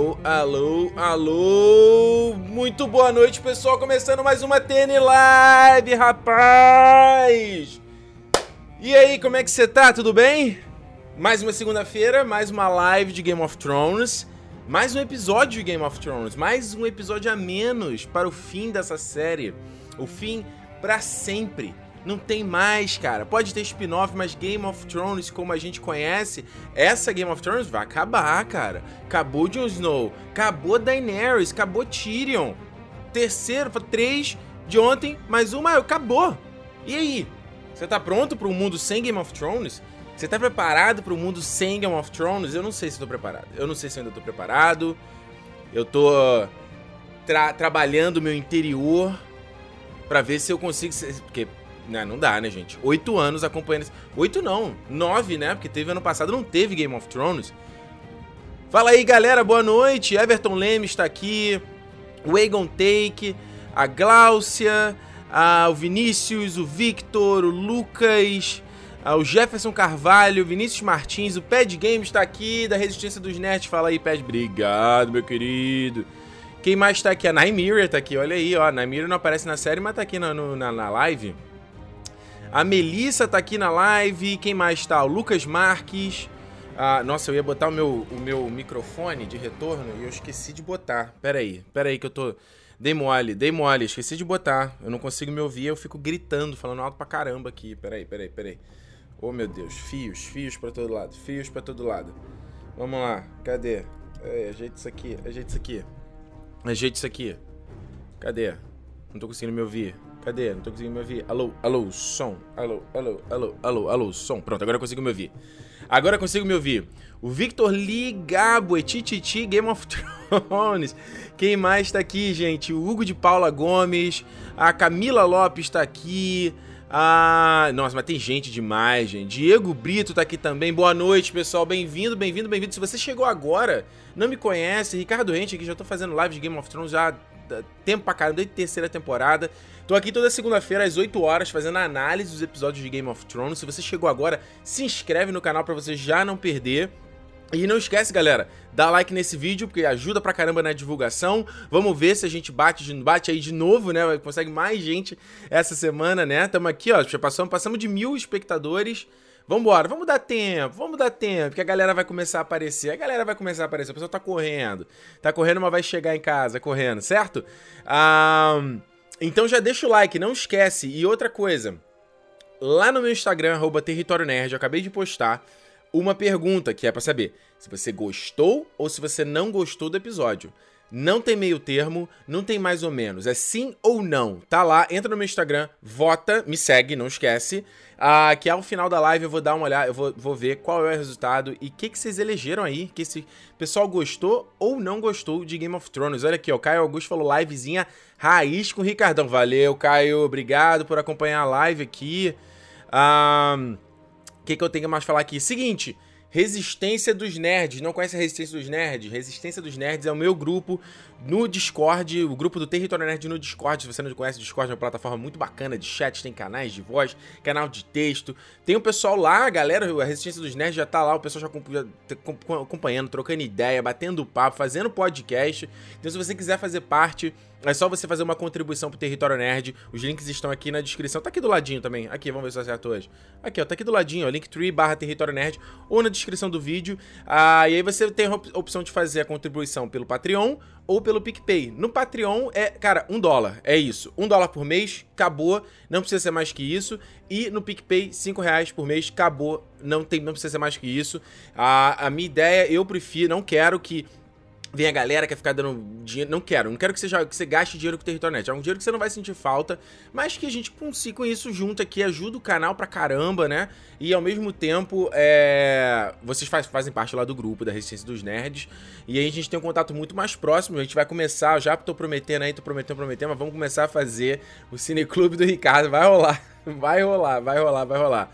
Alô, alô, alô! Muito boa noite, pessoal! Começando mais uma TN Live, rapaz! E aí, como é que você tá? Tudo bem? Mais uma segunda-feira, mais uma live de Game of Thrones, mais um episódio de Game of Thrones, mais um episódio a menos para o fim dessa série. O fim pra sempre. Não tem mais, cara. Pode ter spin-off, mas Game of Thrones, como a gente conhece, essa Game of Thrones vai acabar, cara. Acabou Jon Snow, acabou Daenerys, acabou Tyrion. Terceiro, 3 de ontem, mais uma, acabou. E aí? Você tá pronto para um mundo sem Game of Thrones? Você tá preparado para um mundo sem Game of Thrones? Eu não sei se eu tô preparado. Eu não sei se eu ainda tô preparado. Eu tô trabalhando o meu interior pra ver se eu consigo... Porque... Não dá, né, gente? 8 anos acompanhando... 8 não, 9, né? Porque teve ano passado, não teve Game of Thrones. Fala aí, galera, boa noite. Everton Leme está aqui. O Egon Take, a Gláucia, o Vinícius, o Victor, o Lucas, o Jefferson Carvalho, o Vinícius Martins, o Pad Games está aqui, da Resistência dos Nerds. Fala aí, Pad. Obrigado, meu querido. Quem mais tá aqui? A Nymeria tá aqui, olha aí, ó. A Nymeria não aparece na série, mas tá aqui na live. A Melissa tá aqui na live. Quem mais tá? O Lucas Marques. Nossa, eu ia botar o meu microfone de retorno e eu esqueci de botar. Pera aí que eu tô... Dei mole, esqueci de botar. Eu não consigo me ouvir, eu fico gritando, falando alto pra caramba aqui. Pera aí. Oh, meu Deus, fios pra todo lado. Vamos lá, cadê? Ajeita isso aqui. Cadê? Não tô conseguindo me ouvir. Cadê? Não tô conseguindo me ouvir. Alô, som. Alô, som. Pronto, agora eu consigo me ouvir. O Victor Ligabo, Tititi, Game of Thrones. Quem mais tá aqui, gente? O Hugo de Paula Gomes. A Camila Lopes tá aqui. Nossa, mas tem gente demais, gente. Diego Brito tá aqui também. Boa noite, pessoal. Bem-vindo. Se você chegou agora, não me conhece, Ricardo Rente aqui, já tô fazendo live de Game of Thrones já tempo pra caramba, desde a terceira temporada. Tô aqui toda segunda-feira às 8 horas fazendo a análise dos episódios de Game of Thrones. Se você chegou agora, se inscreve no canal pra você já não perder. E não esquece, galera, dá like nesse vídeo, porque ajuda pra caramba na divulgação. Vamos ver se a gente bate aí de novo, né? Consegue mais gente essa semana, né? Tamo aqui, ó, já passamos de 1000 espectadores. Vambora, vamos dar tempo, porque a galera vai começar a aparecer. O pessoal tá correndo, mas vai chegar em casa correndo, certo? Então já deixa o like, não esquece. E outra coisa, lá no meu Instagram, @territorionerd, eu acabei de postar uma pergunta que é pra saber se você gostou ou se você não gostou do episódio. Não tem meio termo, não tem mais ou menos, é sim ou não. Tá lá, entra no meu Instagram, vota, me segue, não esquece. Que ao final da live eu vou dar uma olhada, eu vou ver qual é o resultado e o que vocês elegeram aí, que esse pessoal gostou ou não gostou de Game of Thrones. Olha aqui, ó, o Caio Augusto falou livezinha raiz com o Ricardão. Valeu, Caio, obrigado por acompanhar a live aqui. O que eu tenho mais falar aqui? Seguinte, Resistência dos Nerds. Não conhece a Resistência dos Nerds? Resistência dos Nerds é o meu grupo no Discord, o grupo do Território Nerd no Discord. Se você não conhece, o Discord é uma plataforma muito bacana de chat, tem canais de voz, canal de texto. Tem o pessoal lá, a galera, a Resistência dos Nerds já tá lá, o pessoal já acompanhando, trocando ideia, batendo papo, fazendo podcast. Então se você quiser fazer parte, é só você fazer uma contribuição pro Território Nerd. Os links estão aqui na descrição. Tá aqui do ladinho também. Aqui, vamos ver se eu acerto hoje. Aqui, ó, tá aqui do ladinho, ó, linktree/Território Nerd, ou na descrição do vídeo. E aí você tem a opção de fazer a contribuição pelo Patreon ou pelo PicPay. No Patreon é, cara, $1. É isso. $1 por mês, acabou. Não precisa ser mais que isso. E no PicPay, R$5 por mês, acabou. Não precisa ser mais que isso. A minha ideia, eu prefiro, não quero que vem a galera que quer ficar dando dinheiro. Não quero que você gaste dinheiro com o Território Nerd. É um dinheiro que você não vai sentir falta, mas que a gente consiga com isso junto aqui, ajuda o canal pra caramba, né? E ao mesmo tempo, vocês fazem parte lá do grupo da Resistência dos Nerds. E aí a gente tem um contato muito mais próximo. A gente vai começar, já tô prometendo, mas vamos começar a fazer o Cineclube do Ricardo. Vai rolar.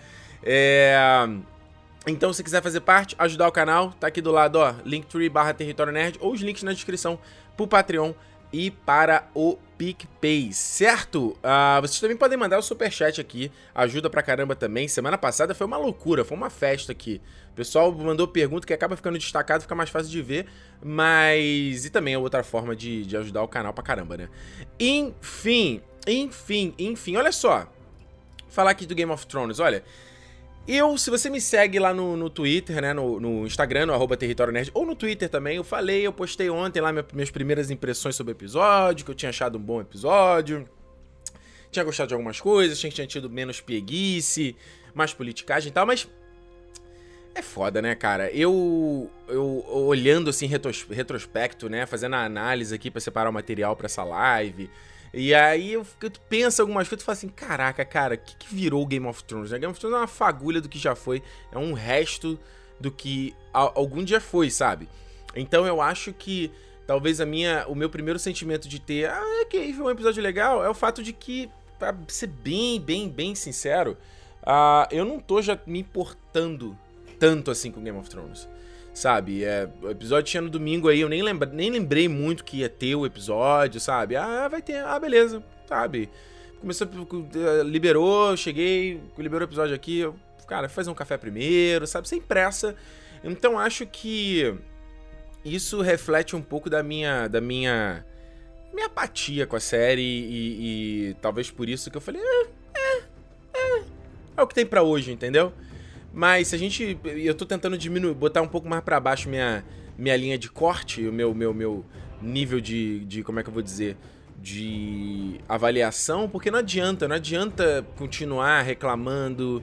Então, se quiser fazer parte, ajudar o canal, tá aqui do lado, ó, linktree/Território Nerd, ou os links na descrição pro Patreon e para o PicPay, certo? Vocês também podem mandar o superchat aqui, ajuda pra caramba também. Semana passada foi uma loucura, foi uma festa aqui. O pessoal mandou pergunta que acaba ficando destacado, fica mais fácil de ver, mas... E também é outra forma de ajudar o canal pra caramba, né? Enfim, olha só. Falar aqui do Game of Thrones, olha... se você me segue lá no Twitter, né, no Instagram, no @Território Nerd, ou no Twitter também, eu postei ontem lá minhas primeiras impressões sobre o episódio, que eu tinha achado um bom episódio, tinha gostado de algumas coisas, tinha tido menos preguice, mais politicagem e tal, mas é foda, né, cara? Eu olhando assim, retrospecto, né, fazendo a análise aqui pra separar o material pra essa live... E aí tu pensa algumas coisas e fala assim, caraca, cara, o que virou o Game of Thrones? Game of Thrones é uma fagulha do que já foi, é um resto do que algum dia foi, sabe? Então eu acho que talvez o meu primeiro sentimento de ter, ok, foi um episódio legal, é o fato de que, pra ser bem sincero, eu não tô já me importando tanto assim com Game of Thrones. Sabe, o episódio tinha no domingo aí, eu nem lembrei muito que ia ter o episódio, sabe? Vai ter, beleza, sabe? Começou, liberou, cheguei, liberou o episódio aqui, cara, fazer um café primeiro, sabe? Sem pressa. Então acho que isso reflete um pouco da minha apatia com a série e talvez por isso que eu falei, é o que tem pra hoje, entendeu? Mas se eu tô tentando botar um pouco mais pra baixo minha linha de corte, o meu nível de como é que eu vou dizer, de avaliação, porque não adianta continuar reclamando,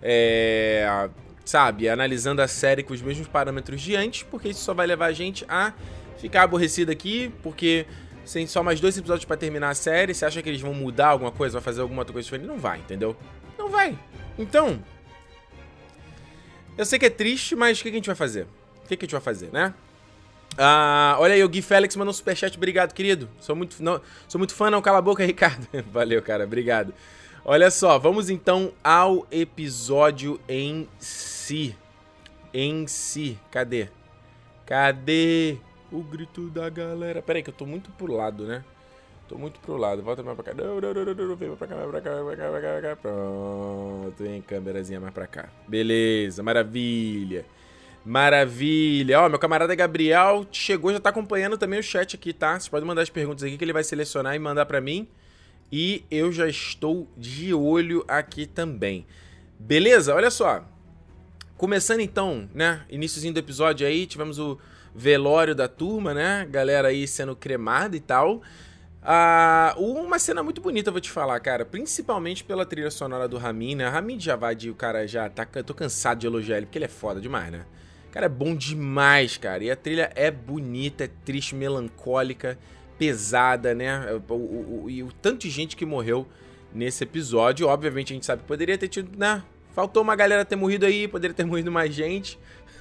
sabe, analisando a série com os mesmos parâmetros de antes, porque isso só vai levar a gente a ficar aborrecido aqui, porque tem só mais 2 episódios pra terminar a série, você acha que eles vão mudar alguma coisa, vai fazer alguma outra coisa diferente? Não vai, entendeu? Não vai. Então... eu sei que é triste, mas o que a gente vai fazer? O que a gente vai fazer, né? Olha aí, o Gui Félix mandou um superchat. Obrigado, querido. Sou muito fã, não. Cala a boca, Ricardo. Valeu, cara. Obrigado. Olha só, vamos então ao episódio em si. Cadê? Cadê o grito da galera? Pera aí, que eu tô muito pro lado, né? Tô muito pro lado. Volta mais pra cá. Não. Vem pra cá. Pronto. Vem, câmerazinha mais pra cá. Beleza. Maravilha. Ó, meu camarada Gabriel chegou, já tá acompanhando também o chat aqui, tá? Vocês podem mandar as perguntas aqui que ele vai selecionar e mandar pra mim. E eu já estou de olho aqui também. Beleza? Olha só. Começando então, né? Iniciozinho do episódio aí. Tivemos o velório da turma, né? Galera aí sendo cremada e tal. Uma cena muito bonita, eu vou te falar, cara. Principalmente pela trilha sonora do Ramin, né? Ramin Djawadi, o cara já tá... Eu tô cansado de elogiar ele, porque ele é foda demais, né? O cara é bom demais, cara. E a trilha é bonita, é triste, melancólica, pesada, né? E o tanto de gente que morreu nesse episódio. Obviamente a gente sabe que poderia ter tido, né? Faltou uma galera ter morrido aí, poderia ter morrido mais gente.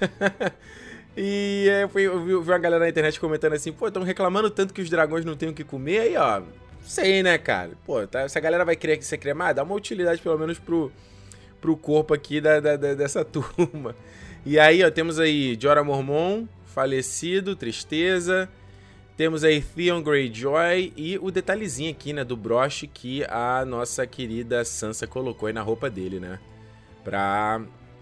E eu vi uma galera na internet comentando assim, pô, estão reclamando tanto que os dragões não têm o que comer, aí ó, não sei, né, cara? Pô, tá, se a galera vai querer ser cremada, dá uma utilidade pelo menos pro corpo aqui dessa turma. E aí, ó, temos aí Jorah Mormont, falecido, tristeza. Temos aí Theon Greyjoy e o detalhezinho aqui, né, do broche que a nossa querida Sansa colocou aí na roupa dele, né? Pra...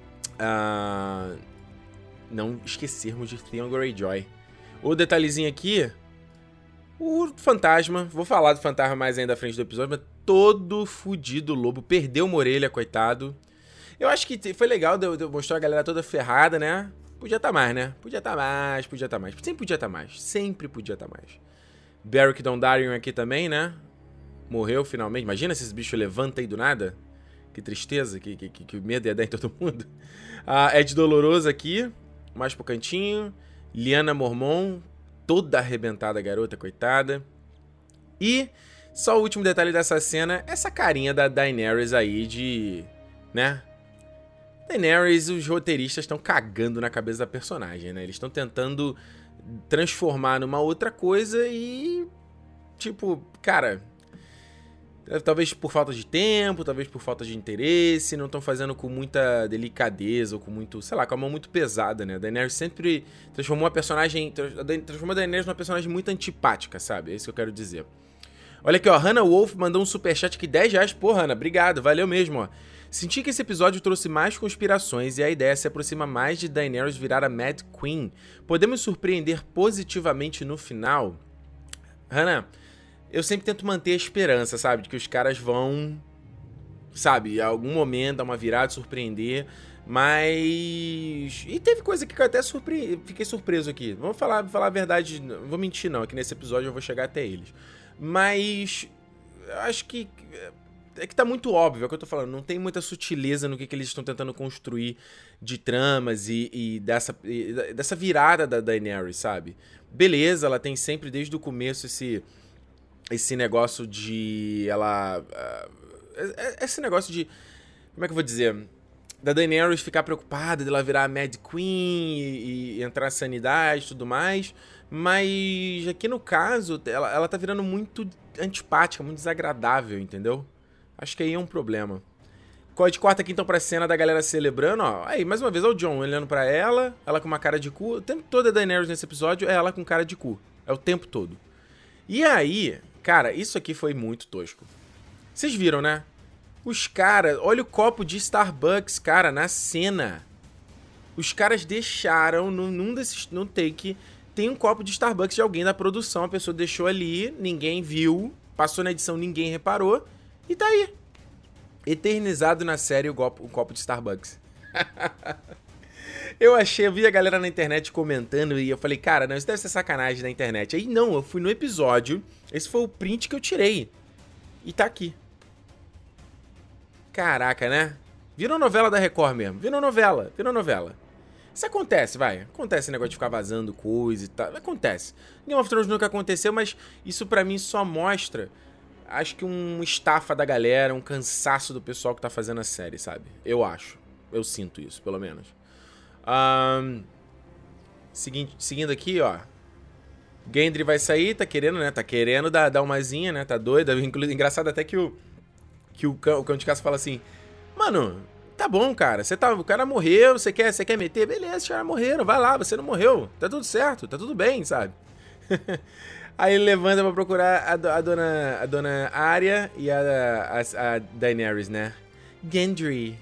não esquecermos de Theon Greyjoy. O detalhezinho aqui, o fantasma, vou falar do fantasma mais ainda à frente do episódio, mas todo fudido, o lobo, perdeu uma orelha, coitado. Eu acho que foi legal de eu mostrar a galera toda ferrada, né? Podia estar mais, né? Podia estar mais. Sempre podia estar mais. Beric Dondarrion aqui também, né? Morreu finalmente. Imagina se esse bicho levanta aí do nada. Que tristeza, que medo ia dar em todo mundo. Ed Doloroso aqui, mais pro cantinho. Lyanna Mormont, toda arrebentada, garota, coitada. E só o último detalhe dessa cena, essa carinha da Daenerys aí de... né? Daenerys, os roteiristas estão cagando na cabeça da personagem, né? Eles estão tentando transformar numa outra coisa e... tipo, cara... Talvez por falta de tempo, talvez por falta de interesse, não estão fazendo com muita delicadeza ou com muito, sei lá, com a mão muito pesada, né? A Daenerys sempre transformou transformou a Daenerys numa personagem muito antipática, sabe? É isso que eu quero dizer. Olha aqui, ó, Hannah Wolf mandou um superchat aqui, R$10. Pô, Hannah, obrigado, valeu mesmo, ó. Senti que esse episódio trouxe mais conspirações e a ideia se aproxima mais de Daenerys virar a Mad Queen. Podemos surpreender positivamente no final? Hannah, eu sempre tento manter a esperança, sabe? De que os caras vão, sabe, em algum momento dar uma virada, surpreender. Mas... E teve coisa que eu até fiquei surpreso aqui. Vamos falar a verdade, não vou mentir não, é que nesse episódio eu vou chegar até eles. Mas... acho que... é que tá muito óbvio, é o que eu tô falando. Não tem muita sutileza no que eles estão tentando construir de tramas e dessa virada da Daenerys, sabe? Beleza, ela tem sempre desde o começo esse negócio de ela... esse negócio de... como é que eu vou dizer? Da Daenerys ficar preocupada dela virar a Mad Queen e entrar na sanidade e tudo mais. Mas aqui no caso, ela tá virando muito antipática, muito desagradável, entendeu? Acho que aí é um problema. De corta aqui então pra cena da galera celebrando, ó. Aí, mais uma vez, ó, o Jon olhando pra ela com uma cara de cu. O tempo todo a Daenerys nesse episódio é ela com cara de cu. É o tempo todo. E aí, cara, isso aqui foi muito tosco. Vocês viram, né? Os caras, olha o copo de Starbucks, cara, na cena. Os caras deixaram, num take, tem um copo de Starbucks de alguém da produção. A pessoa deixou ali, ninguém viu, passou na edição, ninguém reparou. E tá aí. Eternizado na série o copo de Starbucks. Eu vi a galera na internet comentando e eu falei, cara, não, isso deve ser sacanagem na internet. Aí não, eu fui no episódio, esse foi o print que eu tirei. E tá aqui. Caraca, né? Virou novela da Record mesmo. Virou novela. Isso acontece, vai. Acontece esse negócio de ficar vazando coisa e tal. Acontece. Game of Thrones nunca aconteceu, mas isso pra mim só mostra... acho que um estafa da galera, um cansaço do pessoal que tá fazendo a série, sabe? Eu acho. Eu sinto isso, pelo menos. Seguindo aqui, ó. Gendry vai sair, tá querendo, né? Tá querendo dar umazinha, né? Tá doido. Engraçado até que o cão de caça fala assim... Mano, tá bom, cara. O cara morreu, você quer meter? Beleza, os caras morreram. Vai lá, você não morreu. Tá tudo certo, tá tudo bem, sabe? Aí ele levanta pra procurar a dona Arya e a Daenerys, né? Gendry,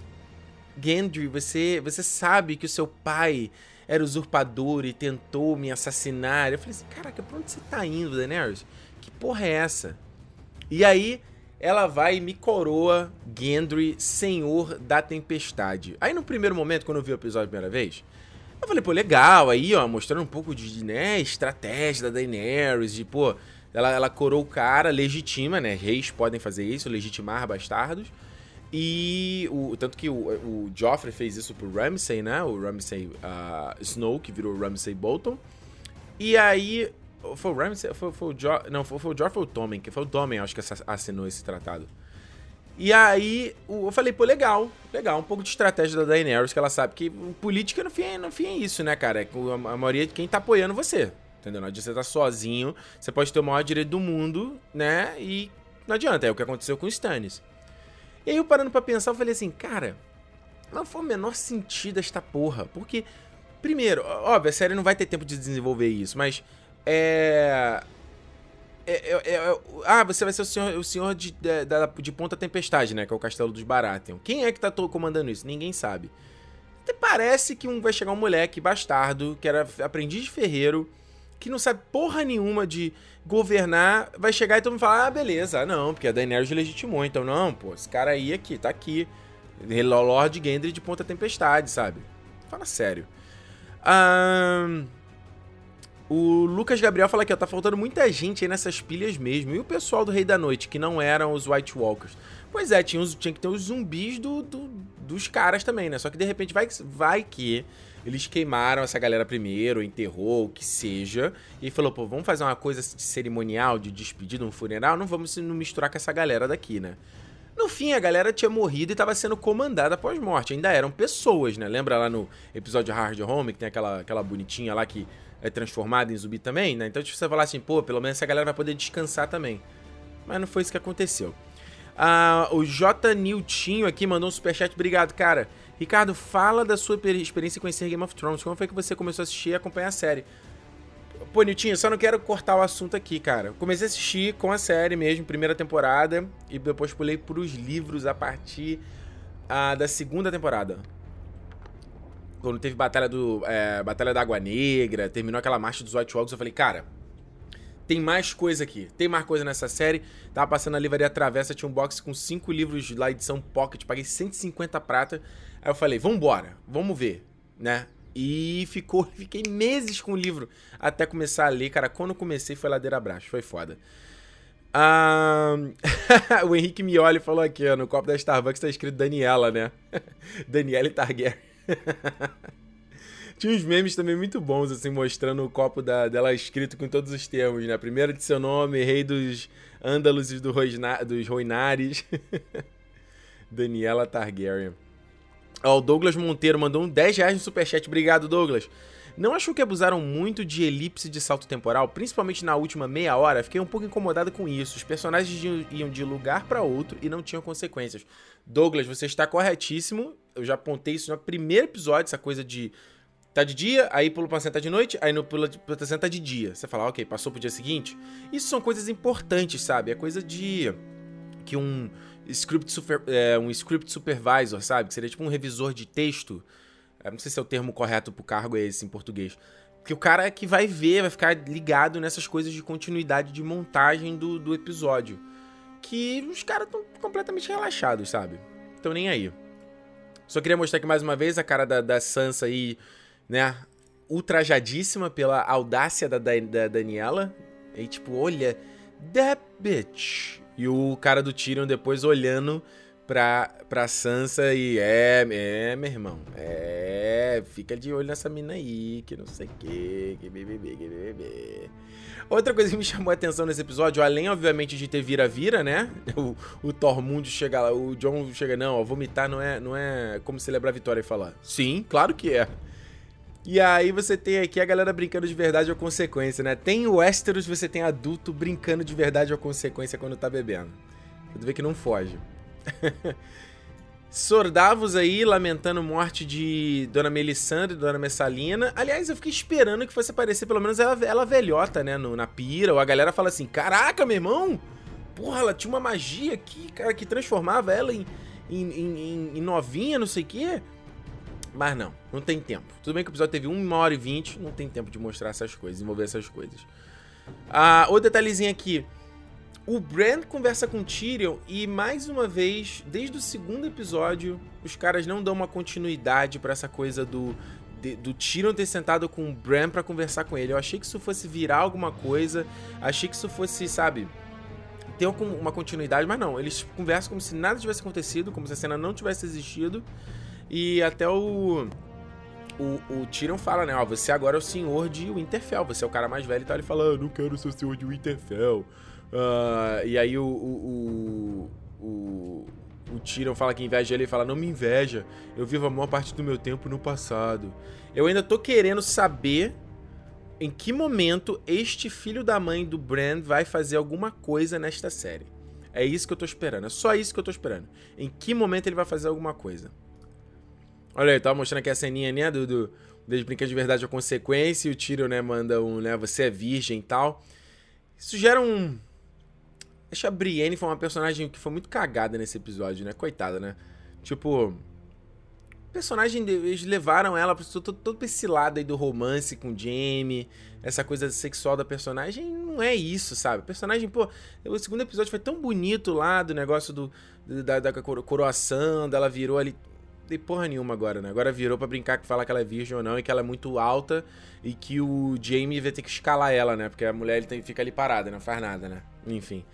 você sabe que o seu pai era usurpador e tentou me assassinar. Eu falei assim, caraca, pra onde você tá indo, Daenerys? Que porra é essa? E aí, ela vai e me coroa Gendry, Senhor da Tempestade. Aí no primeiro momento, quando eu vi o episódio a primeira vez... eu falei, pô, legal, aí, ó, mostrando um pouco de, né, estratégia da Daenerys, de, pô, ela coroou o cara, legitima, né, reis podem fazer isso, legitimar bastardos, e, tanto que o Joffrey fez isso pro Ramsay, né, o Ramsay Snow, que virou Ramsay Bolton, e aí, foi o Ramsay, foi o Joffrey, não, foi o Joffrey ou o Tommen, que foi o Tommen, acho que assinou esse tratado. E aí, eu falei, pô, legal, um pouco de estratégia da Daenerys, que ela sabe que política no fim é isso, né, cara? É a maioria de quem tá apoiando você, entendeu? Não adianta você estar sozinho, você pode ter o maior direito do mundo, né? E não adianta, é o que aconteceu com o Stannis. E aí, eu parando pra pensar, eu falei assim, cara, não foi o menor sentido esta porra, porque, primeiro, óbvio, a série não vai ter tempo de desenvolver isso, mas, você vai ser o senhor de Ponta Tempestade, né? Que é o castelo dos Baratheon. Quem é que tá comandando isso? Ninguém sabe. Até parece que vai chegar um moleque bastardo, que era aprendiz de ferreiro, que não sabe porra nenhuma de governar, vai chegar e todo mundo falar, beleza, não, porque a Daenerys legitimou, então não, pô, esse cara aí tá aqui. Lord Gendry de Ponta Tempestade, sabe? Fala sério. O Lucas Gabriel fala aqui, ó, tá faltando muita gente aí nessas pilhas mesmo. E o pessoal do Rei da Noite, que não eram os White Walkers? Pois é, tinha que ter os zumbis dos caras também, né? Só que de repente vai que eles queimaram essa galera primeiro, enterrou, o que seja. E falou, pô, vamos fazer uma coisa de cerimonial, de despedida, um funeral? Não vamos nos misturar com essa galera daqui, né? No fim, a galera tinha morrido e tava sendo comandada pós-morte. Ainda eram pessoas, né? Lembra lá no episódio Hard Home, que tem aquela bonitinha lá que é transformada em zumbi também, né? Então, se você falar assim, pô, pelo menos essa galera vai poder descansar também. Mas não foi isso que aconteceu. O J. Niltinho aqui mandou um superchat. Obrigado, cara. Ricardo, fala da sua experiência em conhecer Game of Thrones. Como foi que você começou a assistir e acompanhar a série? Pô, Niltinho, só não quero cortar o assunto aqui, cara. Comecei a assistir com a série mesmo, primeira temporada, e depois pulei pros livros a partir da segunda temporada. Quando teve Batalha da Água Negra, terminou aquela marcha dos White Walkers, eu falei, cara, tem mais coisa aqui, tem mais coisa nessa série. Tava passando na Livraria Travessa, tinha um box com 5 livros lá, edição Pocket, paguei 150 prata. Aí eu falei, vambora, vamos ver, né? E fiquei meses com o livro até começar a ler, cara. Quando comecei foi ladeira abaixo, foi foda. O Henrique Mioli falou aqui, ó, no copo da Starbucks tá escrito Daniela, né? Daniela Targaryen. Tinha uns memes também muito bons, assim, mostrando o copo dela escrito com todos os termos, né? Primeiro de seu nome, rei dos Ândalos e dos Roinares. Daniela Targaryen. Ó, o Douglas Monteiro mandou um R$10 no superchat. Obrigado, Douglas. Não achou que abusaram muito de elipse de salto temporal? Principalmente na última meia hora? Fiquei um pouco incomodado com isso. Os personagens iam de lugar pra outro e não tinham consequências. Douglas, você está corretíssimo. Eu já apontei isso no primeiro episódio, essa coisa de tá de dia, aí pula pra cena tá de noite, aí no pula pra cena tá de dia. Você fala, ok, passou pro dia seguinte. Isso são coisas importantes, sabe? É coisa de que um script supervisor, sabe? Que seria tipo um revisor de texto. Não sei se é o termo correto pro cargo esse em português. Que o cara que vai ver, vai ficar ligado nessas coisas de continuidade de montagem do episódio. Que os caras estão completamente relaxados, sabe? Então nem aí. Só queria mostrar aqui mais uma vez a cara da Sansa aí, né? Ultrajadíssima pela audácia da Daniela. E tipo, olha, that bitch. E o cara do Tyrion depois olhando pra Sansa e meu irmão, fica de olho nessa mina aí, que não sei o que bebê. Outra coisa que me chamou a atenção nesse episódio, além, obviamente, de ter vira-vira, né? O Tormund chega lá, o Jon chega, não, ó, vomitar não é como celebrar a vitória e falar. Sim, claro que é. E aí você tem aqui a galera brincando de verdade ou consequência, né? Tem o Westeros, você tem adulto brincando de verdade ou consequência quando tá bebendo. Tu vê que não foge. Sordavos aí lamentando morte de Dona Melisandre e Dona Messalina. Aliás, eu fiquei esperando que fosse aparecer pelo menos ela velhota, né, na pira. Ou a galera fala assim, caraca, meu irmão, porra, ela tinha uma magia aqui, cara, que transformava ela em novinha, não sei o quê. Mas não tem tempo. Tudo bem que o episódio teve 1h20, não tem tempo de mostrar essas coisas, desenvolver essas coisas. Outro detalhezinho aqui. O Bran conversa com o Tyrion e, mais uma vez, desde o segundo episódio, os caras não dão uma continuidade pra essa coisa do Tyrion ter sentado com o Bran pra conversar com ele. Eu achei que isso fosse virar alguma coisa, achei que isso fosse, sabe, ter uma continuidade, mas não. Eles conversam como se nada tivesse acontecido, como se a cena não tivesse existido. E até o Tyrion fala, né, ó, você agora é o senhor de Winterfell, você é o cara mais velho e tal. Ele fala, não quero ser o senhor de Winterfell. E aí o Tyrion fala que inveja ele e fala, não me inveja, eu vivo a maior parte do meu tempo no passado. Eu ainda tô querendo saber em que momento este filho da mãe do Bran vai fazer alguma coisa nesta série. É isso que eu tô esperando, é só isso que eu tô esperando. Em que momento ele vai fazer alguma coisa. Olha aí, tava mostrando aqui a ceninha, né, deles brincando de verdade a consequência, e o Tyrion, né, manda né, você é virgem e tal. Isso gera Acho que a Brienne foi uma personagem que foi muito cagada nesse episódio, né? Coitada, né? Tipo, personagem, eles levaram ela todo pra esse lado aí do romance com o Jaime, essa coisa sexual da personagem, não é isso, sabe? O personagem, pô, o segundo episódio foi tão bonito lá, do negócio da coroação, dela virou ali, não tem porra nenhuma agora, né? Agora virou pra brincar que fala que ela é virgem ou não, e que ela é muito alta, e que o Jaime vai ter que escalar ela, né? Porque a mulher fica ali parada, não faz nada, né? Enfim.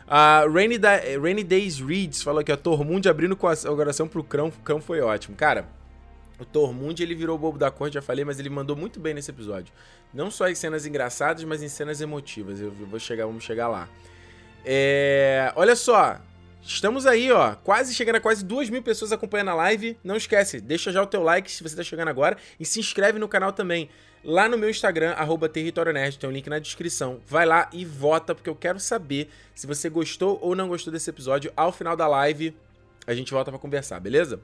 Rainy Days Reads falou aqui, ó, Tormund abrindo com a oração pro Cão. O Cão foi ótimo. Cara, o Tormund, ele virou o bobo da corte, já falei, mas ele mandou muito bem nesse episódio. Não só em cenas engraçadas, mas em cenas emotivas. Vamos chegar lá. Olha só, Estamos aí, ó, quase chegando a quase 2.000 pessoas acompanhando a live. Não esquece, deixa já o teu like se você tá chegando agora e se inscreve no canal também. Lá no meu Instagram, @territorionerd, tem um link na descrição. Vai lá e vota, porque eu quero saber se você gostou ou não gostou desse episódio. Ao final da live, a gente volta pra conversar, beleza?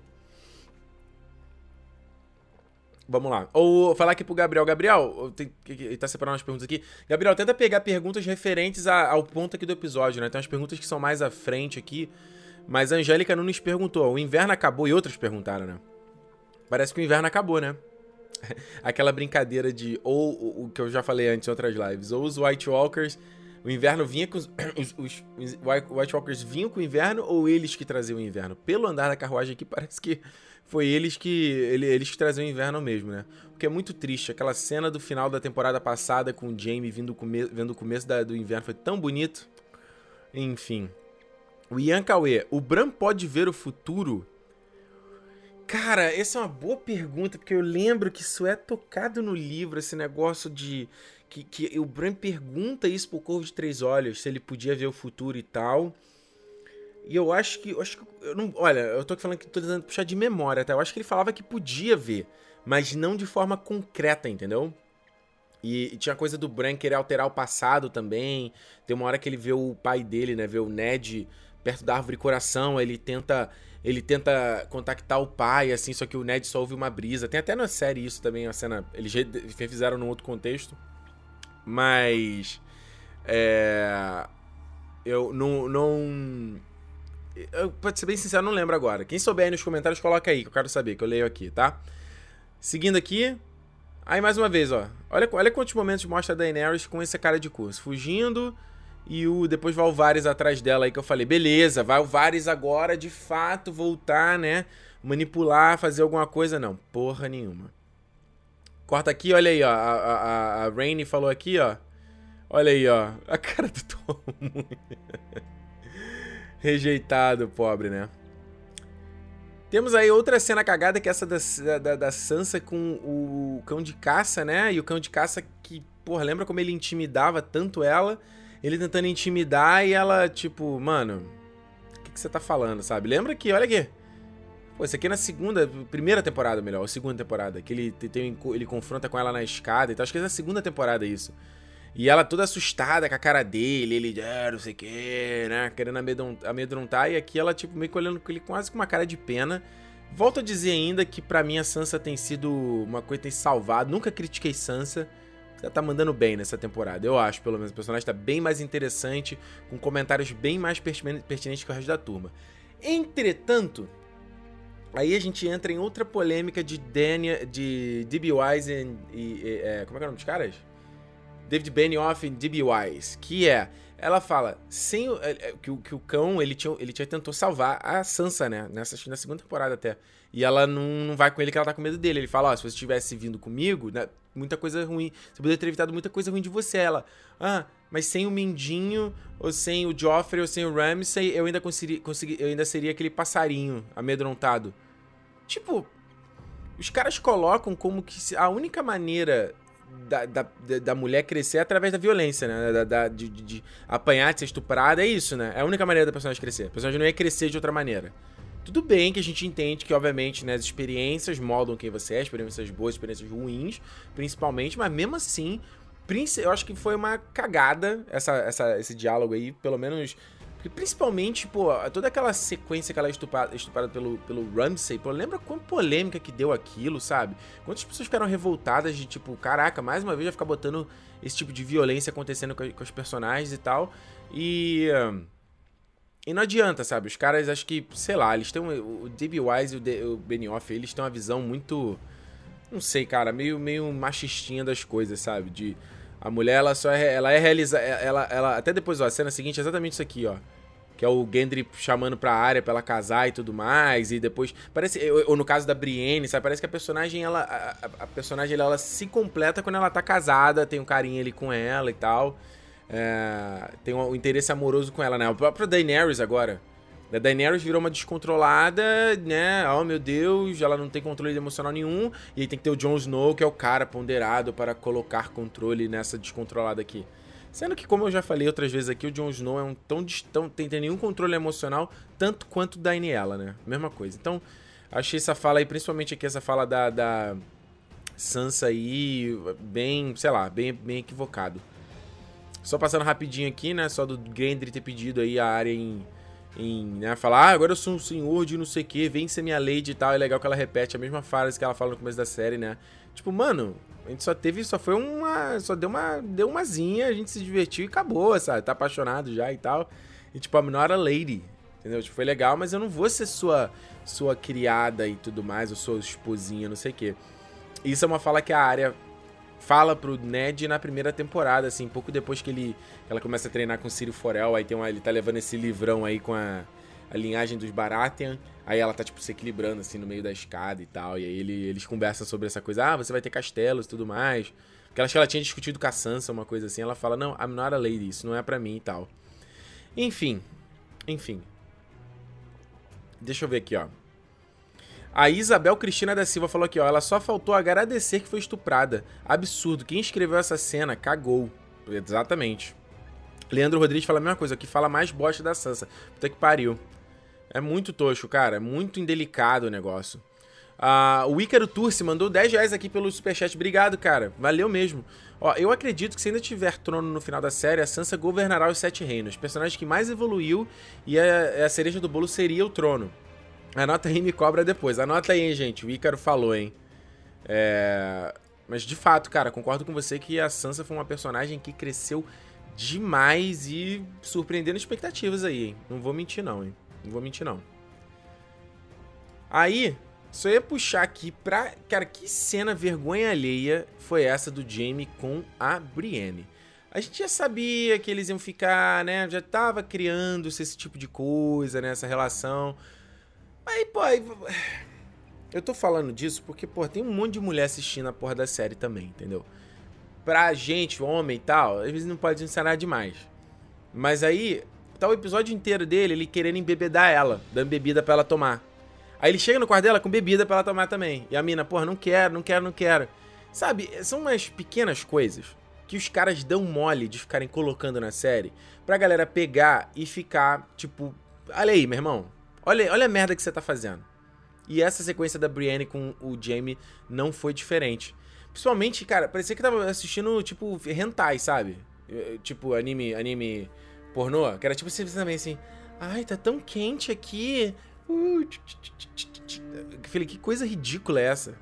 Vamos lá. Ou falar aqui pro Gabriel. Gabriel, ele tá separando umas perguntas aqui. Gabriel, tenta pegar perguntas referentes ao ponto aqui do episódio, né? Tem umas perguntas que são mais à frente aqui. Mas a Angélica Nunes perguntou. O inverno acabou? E outros perguntaram, né? Parece que o inverno acabou, né? Aquela brincadeira de... Ou o que eu já falei antes em outras lives. Ou os White Walkers... O inverno vinha com... Os White Walkers vinham com o inverno ou eles que traziam o inverno? Pelo andar da carruagem aqui, parece que... Foi eles que traziam o inverno mesmo, né? O que é muito triste. Aquela cena do final da temporada passada com o Jaime vendo o começo do inverno foi tão bonito. Enfim. O Ian Cauê. O Bran pode ver o futuro? Cara, essa é uma boa pergunta, porque eu lembro que isso é tocado no livro, esse negócio de... Que o Bran pergunta isso pro Corvo de Três Olhos, se ele podia ver o futuro e tal... E eu acho que eu não, olha, eu tô falando que tô tentando puxar de memória, tá? Eu acho que ele falava que podia ver, mas não de forma concreta, entendeu? E tinha coisa do Bran querer alterar o passado também. Tem uma hora que ele vê o pai dele, né? Vê o Ned perto da árvore coração, ele tenta contactar o pai, assim, só que o Ned só ouve uma brisa. Tem até na série isso também, a cena, eles fizeram num outro contexto. Mas eu não pra ser bem sincero, não lembro agora. Quem souber aí nos comentários, coloca aí, que eu quero saber, que eu leio aqui, tá? Seguindo aqui. Aí, mais uma vez, ó. Olha quantos momentos mostra a Daenerys com esse cara de curso. Fugindo. E depois vai o Varys atrás dela aí, que eu falei, beleza, vai o Varys agora, de fato, voltar, né? Manipular, fazer alguma coisa. Não, porra nenhuma. Corta aqui, olha aí, ó. A Rainey falou aqui, ó. Olha aí, ó. A cara do Tom. Rejeitado, pobre, né? Temos aí outra cena cagada, que é essa da Sansa com o cão de caça, né? E o cão de caça que, porra, lembra como ele intimidava tanto ela? Ele tentando intimidar e ela, tipo, mano, o que você tá falando, sabe? Lembra que, olha aqui. Pô, isso aqui é na primeira temporada, melhor, ou segunda temporada, que ele confronta com ela na escada e tal. Acho que é na segunda temporada isso. E ela toda assustada com a cara dele, ele, não sei o que, né, querendo amedrontar, e aqui ela, tipo, meio que olhando com ele quase com uma cara de pena. Volto a dizer ainda que pra mim a Sansa tem sido uma coisa que tem salvado, nunca critiquei Sansa, ela tá mandando bem nessa temporada, eu acho, pelo menos, o personagem tá bem mais interessante, com comentários bem mais pertinentes que o resto da turma. Entretanto, aí a gente entra em outra polêmica de D.B. Wise e como é que é o nome dos caras? David Benioff e D.B. Wise, que ela fala, que o cão, ele tentou salvar a Sansa, né, na segunda temporada até, e ela não vai com ele que ela tá com medo dele, ele fala, se você tivesse vindo comigo, né, muita coisa ruim, você poderia ter evitado muita coisa ruim de você, ela, mas sem o Mindinho, ou sem o Joffrey, ou sem o Ramsay, eu ainda seria aquele passarinho amedrontado. Tipo, os caras colocam como que a única maneira da mulher crescer é através da violência, né? De apanhar, de ser estuprada, é isso, né? É a única maneira da personagem crescer. A personagem não ia crescer de outra maneira. Tudo bem que a gente entende que, obviamente, né, as experiências moldam quem você é, experiências boas, experiências ruins, principalmente, mas mesmo assim, eu acho que foi uma cagada esse diálogo aí, pelo menos... Porque principalmente, pô, toda aquela sequência que ela é estuprada pelo Ramsay, pô, lembra quão polêmica que deu aquilo, sabe? Quantas pessoas ficaram revoltadas de, tipo, caraca, mais uma vez vai ficar botando esse tipo de violência acontecendo com os personagens e tal. E não adianta, sabe? Os caras, acho que, sei lá, eles têm o D.B. Wise e o Benioff, eles têm uma visão muito, não sei, cara, meio machistinha das coisas, sabe? A mulher, ela é realizada, ela até depois, ó, a cena seguinte é exatamente isso aqui, ó. Que é o Gendry chamando pra área pra ela casar e tudo mais, e depois, parece, ou no caso da Brienne, sabe, parece que a personagem, a personagem, ela se completa quando ela tá casada, tem um carinho ali com ela e tal, tem um interesse amoroso com ela, né, a própria Daenerys agora, a Daenerys virou uma descontrolada, né, oh meu Deus, ela não tem controle emocional nenhum, e aí tem que ter o Jon Snow, que é o cara ponderado para colocar controle nessa descontrolada aqui. Sendo que, como eu já falei outras vezes aqui, o Jon Snow é tem nenhum controle emocional, tanto quanto Danyella, né? Mesma coisa. Então, achei essa fala aí, principalmente aqui essa fala da Sansa aí, bem, sei lá, bem equivocado. Só passando rapidinho aqui, né? Só do Gendry ter pedido aí a área né, falar, agora eu sou um senhor de não sei o que, vem ser minha lady e tal. É legal que ela repete a mesma frase que ela fala no começo da série, né? Tipo, mano, a gente só deu umazinha, a gente se divertiu e acabou, sabe? Tá apaixonado já e tal. E tipo, I'm not a lady, entendeu? Tipo, foi legal, mas eu não vou ser sua criada e tudo mais, ou sua esposinha, não sei o que. Isso é uma fala que a Arya fala pro Ned na primeira temporada, assim, pouco depois que ela começa a treinar com o Círio Forel, aí ele tá levando esse livrão aí com a linhagem dos Baratheon, aí ela tá, tipo, se equilibrando, assim, no meio da escada e tal, e aí eles conversam sobre essa coisa, você vai ter castelos e tudo mais, porque acho que ela tinha discutido com a Sansa, uma coisa assim, ela fala, não, I'm not a lady, isso não é pra mim e tal. Enfim. Deixa eu ver aqui, ó. A Isabel Cristina da Silva falou aqui, ó, ela só faltou agradecer que foi estuprada. Absurdo, quem escreveu essa cena cagou. Exatamente. Leandro Rodrigues fala a mesma coisa, que fala mais bosta da Sansa. Puta que pariu. É muito tosco, cara, é muito indelicado o negócio. O Ícaro Turci mandou 10 reais aqui pelo superchat, obrigado, cara, valeu mesmo. Ó, eu acredito que se ainda tiver trono no final da série, a Sansa governará os 7 reinos. Personagem que mais evoluiu e a cereja do bolo seria o trono. Anota aí e me cobra depois. Anota aí, hein, gente. O Ícaro falou, hein. Mas, de fato, cara, concordo com você que a Sansa foi uma personagem que cresceu demais e surpreendendo expectativas aí, hein. Não vou mentir, não, hein. Não vou mentir, não. Aí, só ia puxar aqui pra... Cara, que cena vergonha alheia foi essa do Jaime com a Brienne. A gente já sabia que eles iam ficar, né. Já tava criando-se esse tipo de coisa, né. Essa relação... Aí, pô, eu tô falando disso porque, pô, tem um monte de mulher assistindo a porra da série também, entendeu? Pra gente, homem e tal, às vezes não pode ensinar demais. Mas aí, tá o episódio inteiro dele, ele querendo embebedar ela, dando bebida pra ela tomar. Aí ele chega no quarto dela com bebida pra ela tomar também. E a mina, porra, não quero. Sabe, são umas pequenas coisas que os caras dão mole de ficarem colocando na série pra galera pegar e ficar, tipo, olha aí, meu irmão. Olha a merda que você tá fazendo. E essa sequência da Brienne com o Jaime não foi diferente. Principalmente, cara, parecia que tava assistindo, tipo, hentai, sabe? Tipo, anime pornô. Que era tipo assim, também assim... Ai, tá tão quente aqui. Falei, que coisa ridícula é essa?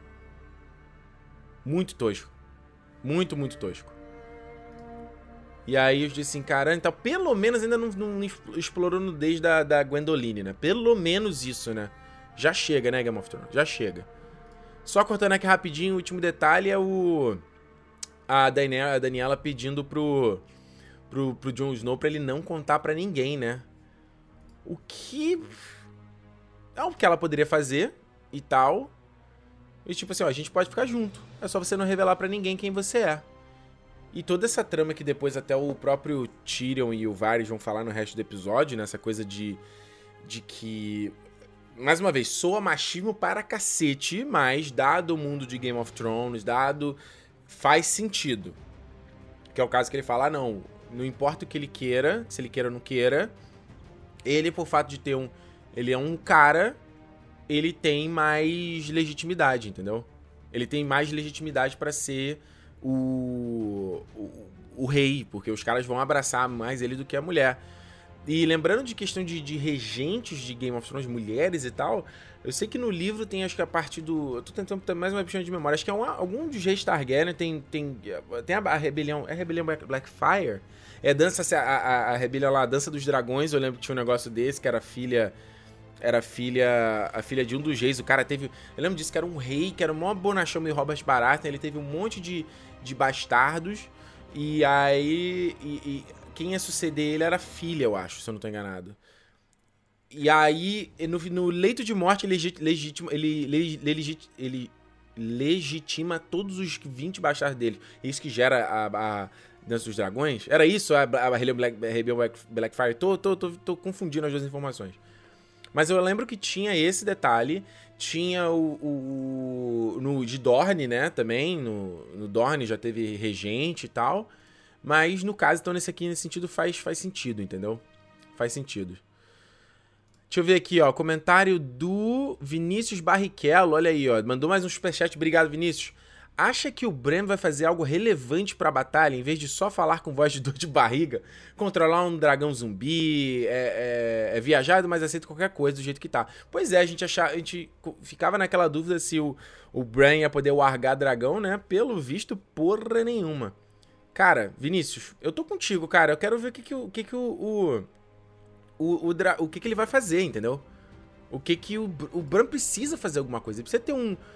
Muito tosco. Muito tosco. E aí eu disse assim, cara, então pelo menos ainda não explorou nudez da Gwendoline, né? Pelo menos isso, né? Já chega, né, Game of Thrones? Já chega. Só cortando aqui rapidinho, o último detalhe é a Daniela pedindo pro Jon Snow pra ele não contar pra ninguém, né? O que... é o que ela poderia fazer e tal. E tipo assim, ó, a gente pode ficar junto. É só você não revelar pra ninguém quem você é. E toda essa trama que depois até o próprio Tyrion e o Varys vão falar no resto do episódio, nessa coisa de que, mais uma vez, soa machismo para cacete, mas dado o mundo de Game of Thrones, faz sentido. Que é o caso que ele fala, não importa o que ele queira, se ele queira ou não queira, ele, por fato de ter ele é um cara, ele tem mais legitimidade, entendeu? Ele tem mais legitimidade para ser o rei, porque os caras vão abraçar mais ele do que a mulher. E lembrando de questão de regentes de Game of Thrones, mulheres e tal, eu sei que no livro tem, acho que a parte do... Eu tô tentando ter mais uma opção de memória. Acho que é algum dos reis Targaryen tem a rebelião... É a rebelião Blackfyre? É a rebelião lá, a Dança dos Dragões. Eu lembro que tinha um negócio desse, que era a filha de um dos reis. O cara teve... Eu lembro disso, que era um rei, que era o maior bonachão meio Robert Baratheon. Ele teve um monte de bastardos. E aí... quem ia suceder ele era a filha, eu acho, se eu não tô enganado. E aí, no leito de morte, ele legitima todos os 20 bastardos dele. Isso que gera a Dança dos Dragões? Era isso? A rebelião Blackfyre? Tô confundindo as duas informações. Mas eu lembro que tinha esse detalhe. Tinha no de Dorne, né, também. No Dorne já teve regente e tal. Mas no caso, então, nesse sentido, faz sentido, entendeu? Faz sentido. Deixa eu ver aqui, ó, comentário do Vinícius Barrichello, olha aí, ó, mandou mais um superchat, obrigado, Vinícius. Acha que o Bran vai fazer algo relevante pra batalha, em vez de só falar com voz de dor de barriga, controlar um dragão zumbi, é viajado, mas aceita qualquer coisa do jeito que tá? Pois é, a gente ficava naquela dúvida se o Bran ia poder largar dragão, né? Pelo visto, porra nenhuma. Cara, Vinícius, eu tô contigo, cara, eu quero ver o que ele vai fazer, entendeu? O Bran precisa fazer alguma coisa. Ele precisa ter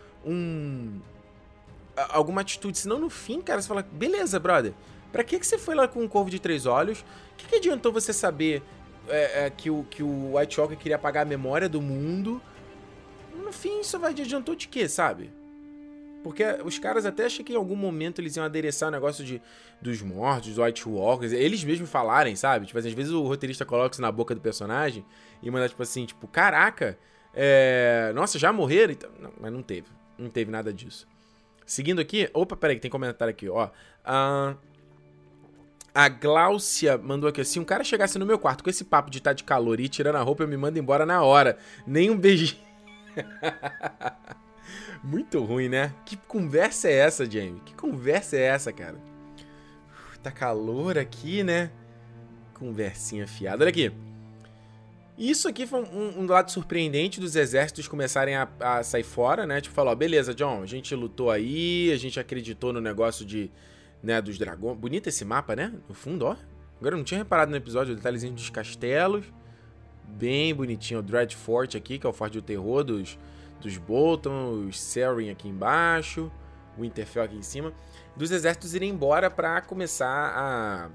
alguma atitude. Senão, no fim, cara, você fala, beleza, brother. Pra que você foi lá com um corvo de 3 olhos? O que adiantou você saber que o White Walker queria apagar a memória do mundo? No fim, isso adiantou de quê, sabe? Porque os caras até acham que em algum momento eles iam adereçar o negócio dos mortos, dos White Walkers. Eles mesmos falarem, sabe? Tipo, às vezes o roteirista coloca isso na boca do personagem e manda, tipo assim, tipo, caraca, nossa, já morreram? Então, não, mas não teve. Não teve nada disso. Seguindo aqui... Opa, peraí, que tem comentário aqui, ó. A Gláucia mandou aqui, se um cara chegasse no meu quarto com esse papo de estar de calor e ir tirando a roupa, eu me mando embora na hora. Nem um beijinho. Muito ruim, né? Que conversa é essa, Jamie? Que conversa é essa, cara? Tá calor aqui, né? Conversinha fiada. Olha aqui. Isso aqui foi um lado surpreendente dos exércitos começarem a sair fora, né? Tipo, falou, ó, beleza, Jon, a gente lutou aí, a gente acreditou no negócio dos dragões. Bonito esse mapa, né? No fundo, ó. Agora eu não tinha reparado no episódio, o detalhezinho dos castelos. Bem bonitinho. O Dreadfort aqui, que é o Forte do Terror dos Bolton, os Serrin aqui embaixo, o Winterfell aqui em cima, dos exércitos irem embora pra começar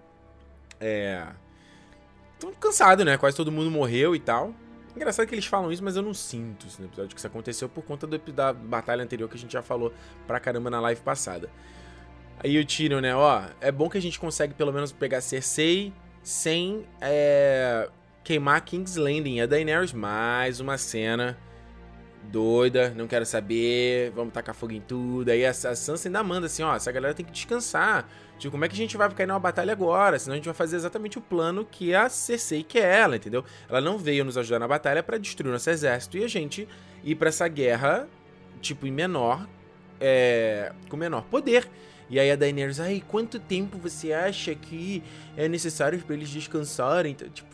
Tô cansado, né? Quase todo mundo morreu e tal. Engraçado que eles falam isso, mas eu não sinto isso no episódio, que isso aconteceu por conta da batalha anterior que a gente já falou pra caramba na live passada. Aí o Tyrion, né? Ó, é bom que a gente consegue pelo menos pegar Cersei sem queimar King's Landing. A Daenerys, mais uma cena doida, não quero saber, vamos tacar fogo em tudo. Aí a Sansa ainda manda assim, ó, essa galera tem que descansar. Tipo, como é que a gente vai cair numa batalha agora? Senão a gente vai fazer exatamente o plano que a Cersei quer ela, entendeu? Ela não veio nos ajudar na batalha pra destruir o nosso exército e a gente ir pra essa guerra, tipo, em menor, com menor poder. E aí a Daenerys, ai, quanto tempo você acha que é necessário pra eles descansarem? Então, tipo,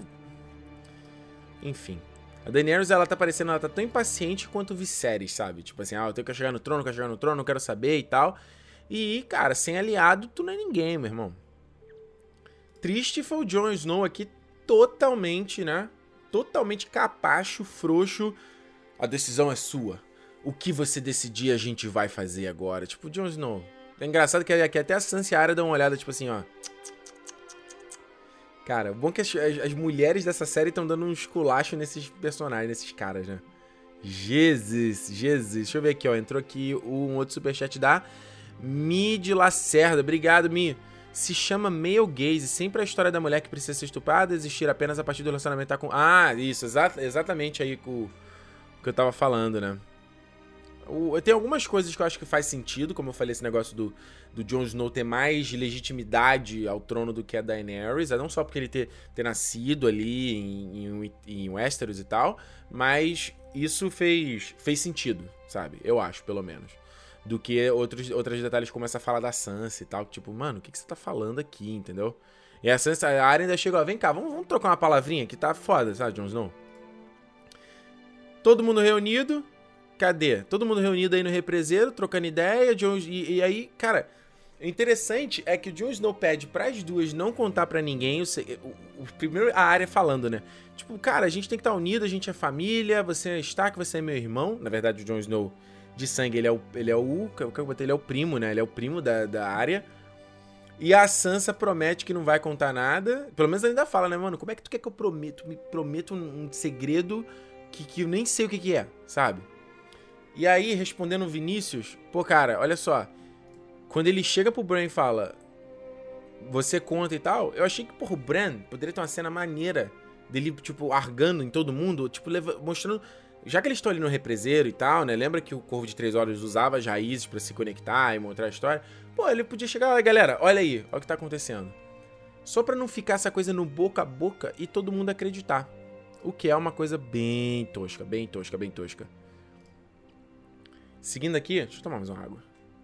enfim. A Daenerys, ela tá parecendo, ela tá tão impaciente quanto o Viserys, sabe? Tipo assim, eu tenho que chegar no trono, não quero saber e tal. E, cara, sem aliado, tu não é ninguém, meu irmão. Triste foi o Jon Snow aqui, totalmente, né? Totalmente capacho, frouxo. A decisão é sua. O que você decidir, a gente vai fazer agora. Tipo, Jon Snow. É engraçado que aqui até a Sansa e a Arya dão uma olhada, tipo assim, ó. Cara, o bom é que as mulheres dessa série estão dando um esculacho nesses personagens, nesses caras, né? Jesus. Deixa eu ver aqui, ó. Entrou aqui um outro superchat da Mi de Lacerda. Obrigado, Mi. Se chama Male Gaze. Sempre a história da mulher que precisa ser estuprada, existir apenas a partir do relacionamento tá com... Ah, isso. Exatamente aí com o que eu tava falando, né? Tem algumas coisas que eu acho que faz sentido, como eu falei, esse negócio do Jon Snow ter mais legitimidade ao trono do que a Daenerys, não só porque ele ter nascido ali em Westeros e tal, mas isso fez sentido, sabe? Eu acho, pelo menos. Do que outros detalhes como essa fala da Sansa e tal, tipo, mano, o que você tá falando aqui, entendeu? E a Sansa, a Arya ainda chegou, vem cá, vamos trocar uma palavrinha que tá foda, sabe, Jon Snow? Todo mundo reunido... Cadê? Todo mundo reunido aí no represeiro, trocando ideia, e aí, cara, o interessante é que o Jon Snow pede pras duas não contar pra ninguém, primeiro a Arya falando, né? Tipo, cara, a gente tem que estar unido, a gente é família, você é Stark, você é meu irmão. Na verdade, o Jon Snow de sangue, ele é o primo, né? Ele é o primo da Arya. E a Sansa promete que não vai contar nada. Pelo menos ela ainda fala, né, mano? Como é que tu quer que eu prometo? Me prometo um segredo que eu nem sei o que é, sabe? E aí, respondendo o Vinícius, pô, cara, olha só. Quando ele chega pro Bran e fala, você conta e tal, eu achei que, porra, o Bran poderia ter uma cena maneira dele, tipo, argando em todo mundo, tipo, mostrando... Já que eles estão ali no represeiro e tal, né? Lembra que o Corvo de 3 Olhos usava as raízes pra se conectar e mostrar a história? Pô, ele podia chegar lá, galera, olha aí, olha o que tá acontecendo. só pra não ficar essa coisa no boca a boca e todo mundo acreditar. O que é uma coisa bem tosca, bem tosca, bem tosca. Seguindo aqui, deixa eu tomar mais uma água.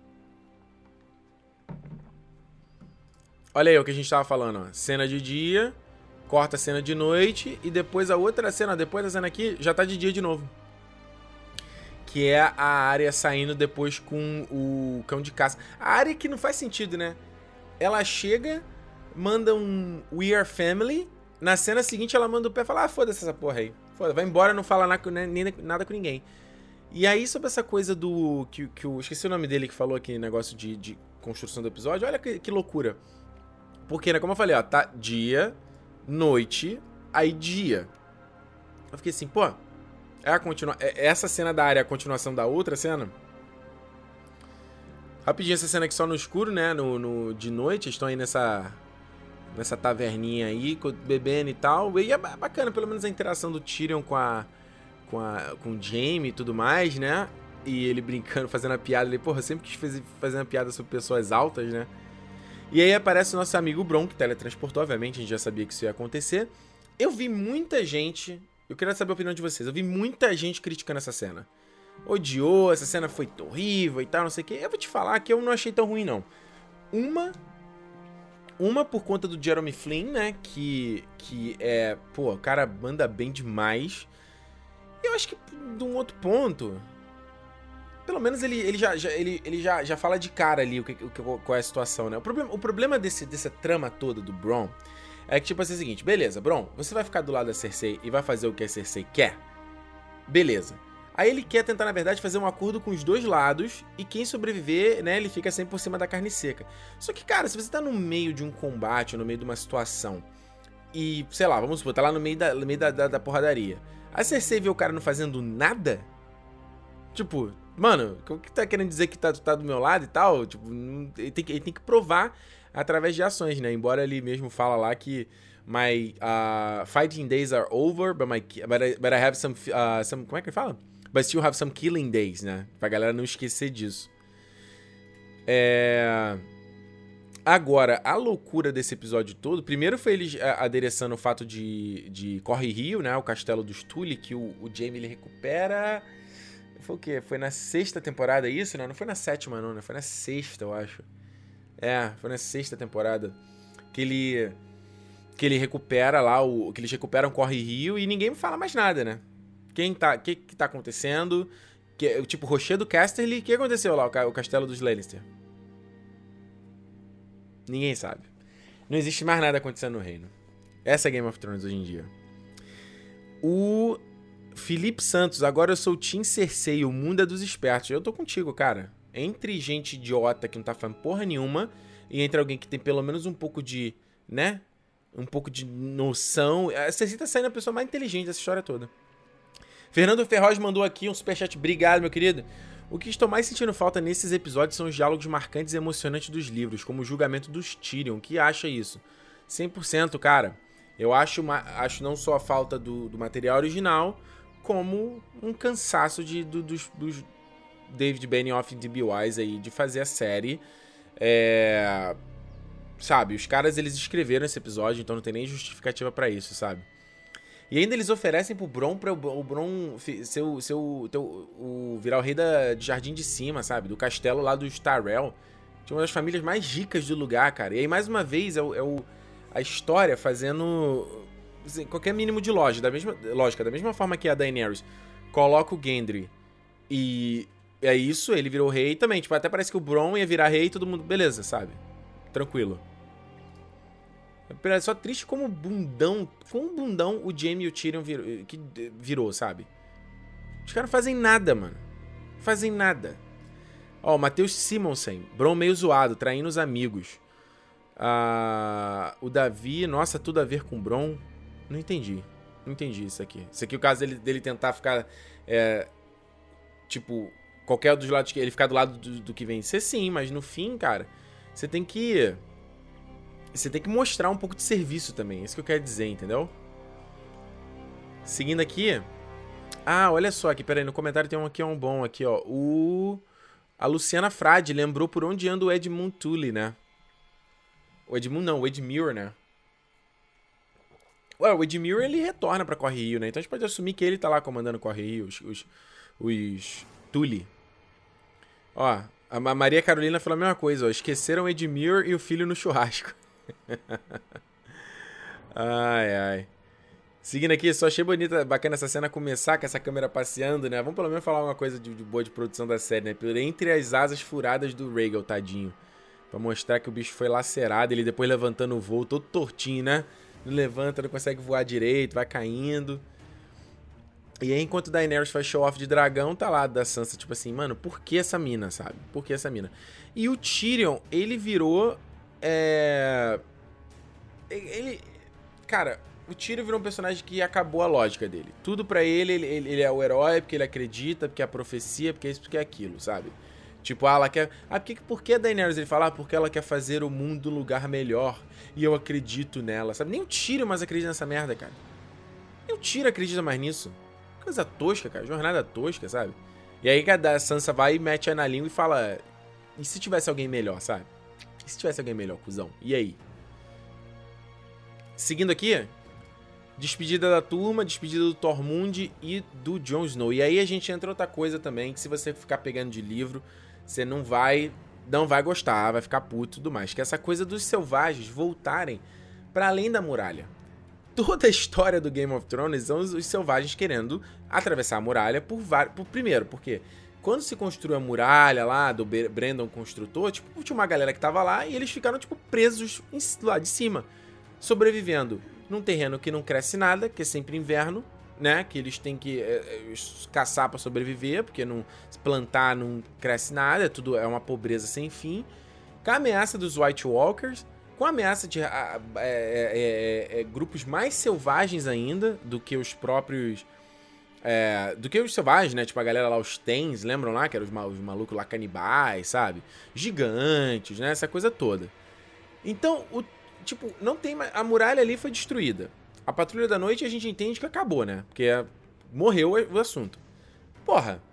Olha aí o que a gente tava falando, ó. Cena de dia, corta a cena de noite e depois a outra cena, depois da cena aqui, já tá de dia de novo. Que é a área saindo depois com o cão de caça. A área que não faz sentido, né? Ela chega, manda um We Are Family. Na cena seguinte ela manda o pé e fala, foda-se essa porra aí. Foda, vai embora, não fala nada com ninguém. E aí sobre essa coisa do... que eu esqueci o nome dele que falou aqui, negócio de construção do episódio. Olha que loucura. Porque, né, como eu falei, ó, tá dia, noite, aí dia. Eu fiquei assim, pô... essa cena da área é a continuação da outra cena? Rapidinho, essa cena aqui só no escuro, né? De noite, eles estão aí nessa taverninha aí, bebendo e tal. E é bacana, pelo menos a interação do Tyrion com o Jaime e tudo mais, né? E ele brincando, fazendo a piada. Ele, porra, sempre quis fazer uma piada sobre pessoas altas, né? E aí aparece o nosso amigo Bronn, que teletransportou, obviamente, a gente já sabia que isso ia acontecer. Eu vi muita gente... Eu queria saber a opinião de vocês. Eu vi muita gente criticando essa cena. Odiou, essa cena foi horrível e tal, não sei o quê. Eu vou te falar que eu não achei tão ruim, não. Uma por conta do Jeremy Flynn, né? Que é... Pô, o cara manda bem demais. Eu acho que, de um outro ponto... Pelo menos ele já fala de cara ali qual é a situação, né? O problema dessa trama toda do Bronn é que, tipo assim, é o seguinte, beleza, Bronn, você vai ficar do lado da Cersei e vai fazer o que a Cersei quer? Beleza. Aí ele quer tentar, na verdade, fazer um acordo com os dois lados e quem sobreviver, né, ele fica sempre por cima da carne seca. Só que, cara, se você tá no meio de um combate, no meio de uma situação e, sei lá, vamos supor, tá lá no meio da porradaria. A Cersei vê o cara não fazendo nada? Tipo, mano, o que tá querendo dizer que tá do meu lado e tal? Tipo, ele tem que provar através de ações, né? Embora ele mesmo fala lá que my fighting days are over, but I have some como é que ele fala? But still have some killing days, né? Pra galera não esquecer disso. Agora, a loucura desse episódio todo, primeiro foi eles adereçando o fato de Corre Rio, né? O castelo dos Tully, que o Jaime ele recupera... Foi o quê? Foi na 6ª temporada isso, né? Não foi na 7ª, não, né? Foi na 6ª, eu acho. Foi na 6ª temporada. Que ele recupera lá, que eles recuperam Corre Rio e ninguém me fala mais nada, né? O que tá acontecendo? Tipo, Rochedo Casterly, o que aconteceu lá, o castelo dos Lannister? Ninguém sabe. Não existe mais nada acontecendo no reino. Essa é Game of Thrones hoje em dia. O Felipe Santos, agora eu sou o Team Cersei, o mundo é dos espertos. Eu tô contigo, cara. Entre gente idiota que não tá falando porra nenhuma e entre alguém que tem pelo menos um pouco de, né? Um pouco de noção. A Cersei tá saindo a pessoa mais inteligente dessa história toda. Fernando Ferroz mandou aqui um superchat. Obrigado, meu querido. O que estou mais sentindo falta nesses episódios são os diálogos marcantes e emocionantes dos livros, como o julgamento dos Tyrion. O que acha isso? 100%, cara. Eu acho não só a falta do material original, como um cansaço dos David Benioff e D.B. Weiss aí de fazer a série. Sabe, os caras eles escreveram esse episódio, então não tem nem justificativa pra isso, sabe? E ainda eles oferecem pro Bronn pra o Bronn virar o rei de Jardim de Cima, sabe? Do castelo lá dos Tyrell. De uma das famílias mais ricas do lugar, cara. E aí, mais uma vez, a história fazendo assim, qualquer mínimo de lógica. Da mesma forma que a Daenerys coloca o Gendry e é isso, ele virou rei também. Tipo, até parece que o Bronn ia virar rei e todo mundo... Beleza, sabe? Tranquilo. É só triste como bundão o Jaime e o Tyrion virou, sabe? Os caras não fazem nada, mano. Não fazem nada. Ó, o Matheus Simonsen. Bronn meio zoado, traindo os amigos. O Davi, nossa, tudo a ver com Bronn. Não entendi isso aqui. Isso aqui é o caso dele tentar ficar... tipo, qualquer dos lados que ele ficar do lado do que vencer, sim. Mas no fim, cara, você tem que mostrar um pouco de serviço também. É isso que eu quero dizer, entendeu? Seguindo aqui. Olha só aqui, peraí, no comentário tem um bom aqui, ó. A Luciana Frade lembrou por onde anda o Edmund Tully, né? O Edmund não, o Edmure, né? Ué, o Edmure, ele retorna pra Corre Rio, né? Então a gente pode assumir que ele tá lá comandando Corre Rio, os Tully. Ó, a Maria Carolina falou a mesma coisa, ó. Esqueceram o Edmure e o filho no churrasco. Ai, ai. Seguindo aqui, só achei bonita, bacana essa cena começar com essa câmera passeando, né? Vamos pelo menos falar uma coisa de boa de produção da série, né? Por entre as asas furadas do Rhaegal, tadinho. Pra mostrar que o bicho foi lacerado, ele depois levantando o voo, todo tortinho, né? Não levanta, não consegue voar direito, vai caindo. E aí, enquanto Daenerys faz show-off de dragão, tá lá da Sansa, tipo assim, mano, por que essa mina, sabe? Por que essa mina? E o Tyrion, ele virou... Cara... O Tyrion virou um personagem que acabou a lógica dele. Tudo pra ele é o herói, porque ele acredita, porque é a profecia, porque é isso, porque é aquilo, sabe? Tipo, ela quer... por que a Daenerys? Ele fala, porque ela quer fazer o mundo um lugar melhor. E eu acredito nela, sabe? Nem o Tyrion mais acredita nessa merda, cara. Nem o Tyrion acredita mais nisso. Coisa tosca, cara. Jornada tosca, sabe? E aí a Sansa vai e mete a na língua e fala... E se tivesse alguém melhor, sabe? E se tivesse alguém melhor, cuzão? E aí? Seguindo aqui... Despedida da turma, despedida do Tormund e do Jon Snow. E aí a gente entra outra coisa também, que se você ficar pegando de livro, você não vai gostar, vai ficar puto e tudo mais. Que é essa coisa dos selvagens voltarem para além da muralha. Toda a história do Game of Thrones são os selvagens querendo atravessar a muralha primeiro, porque quando se construiu a muralha lá do Brandon Construtor, tipo, tinha uma galera que tava lá e eles ficaram tipo presos lá de cima, sobrevivendo. Num terreno que não cresce nada, que é sempre inverno, né? Que eles têm que caçar para sobreviver, porque não plantar não cresce nada, tudo é uma pobreza sem fim. Com a ameaça dos White Walkers, com a ameaça de grupos mais selvagens ainda do que os próprios... do que os selvagens, né? Tipo a galera lá, os Tens, lembram lá? Que eram os malucos lá canibais, sabe? Gigantes, né? Essa coisa toda. Então, tipo, não tem mais... A muralha ali foi destruída. A Patrulha da Noite a gente entende que acabou, né? Porque morreu o assunto. Porra.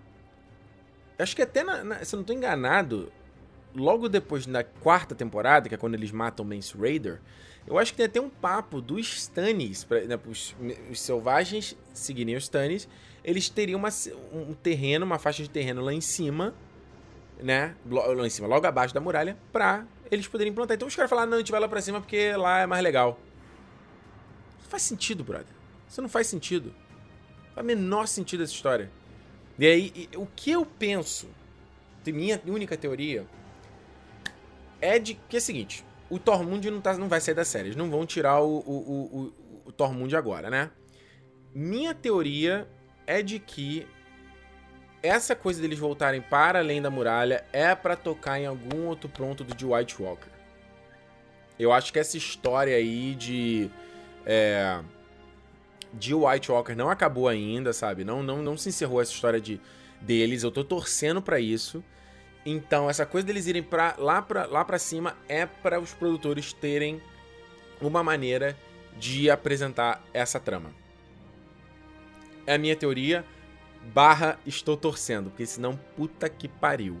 Acho que até, se eu não tô enganado, logo depois da 4ª temporada, que é quando eles matam o Mance Rayder, eu acho que tem até um papo dos Stannis, né, os selvagens seguirem os Stannis, eles teriam um terreno, uma faixa de terreno lá em cima, né? Lá em cima, logo abaixo da muralha, pra... eles poderem implantar. Então os caras falaram, não, a gente vai lá pra cima porque lá é mais legal. Isso faz sentido, brother. Isso não faz sentido. Não faz o menor sentido essa história. E aí, o que eu penso, minha única teoria, é de que é o seguinte, o Tormund não vai sair da série. Eles não vão tirar o Tormund agora, né? Minha teoria é de que essa coisa deles voltarem para além da muralha é pra tocar em algum outro ponto de White Walker. Eu acho que essa história aí de White Walker não acabou ainda, sabe? Não se encerrou essa história deles. Eu tô torcendo pra isso. Então, essa coisa deles irem lá pra cima é para os produtores terem uma maneira de apresentar essa trama. É a minha teoria. / estou torcendo, porque senão puta que pariu.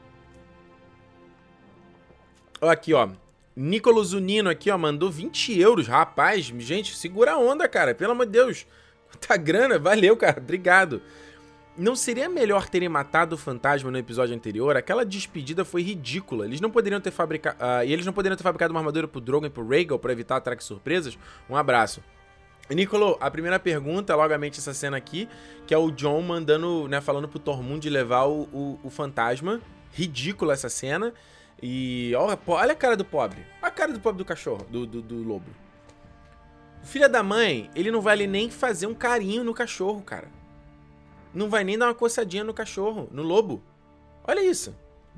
Ó, aqui, ó. Nicolas Unino aqui, ó, mandou 20 euros. Rapaz, gente, segura a onda, cara. Pelo amor de Deus. Quanta grana. Valeu, cara. Obrigado. Não seria melhor terem matado o fantasma no episódio anterior? Aquela despedida foi ridícula. Eles não poderiam ter fabricado... eles não poderiam ter fabricado uma armadura pro Drogon e pro Rhaegal pra evitar ataques surpresas? Um abraço. Nicolo, a primeira pergunta é logamente essa cena aqui, que é o Jon mandando, né, falando pro Tormund levar o fantasma. Ridícula essa cena. E olha a cara do pobre. Olha a cara do pobre do cachorro, do lobo. O filho da mãe, ele não vai ali nem fazer um carinho no cachorro, cara. Não vai nem dar uma coçadinha no cachorro, no lobo. Olha isso.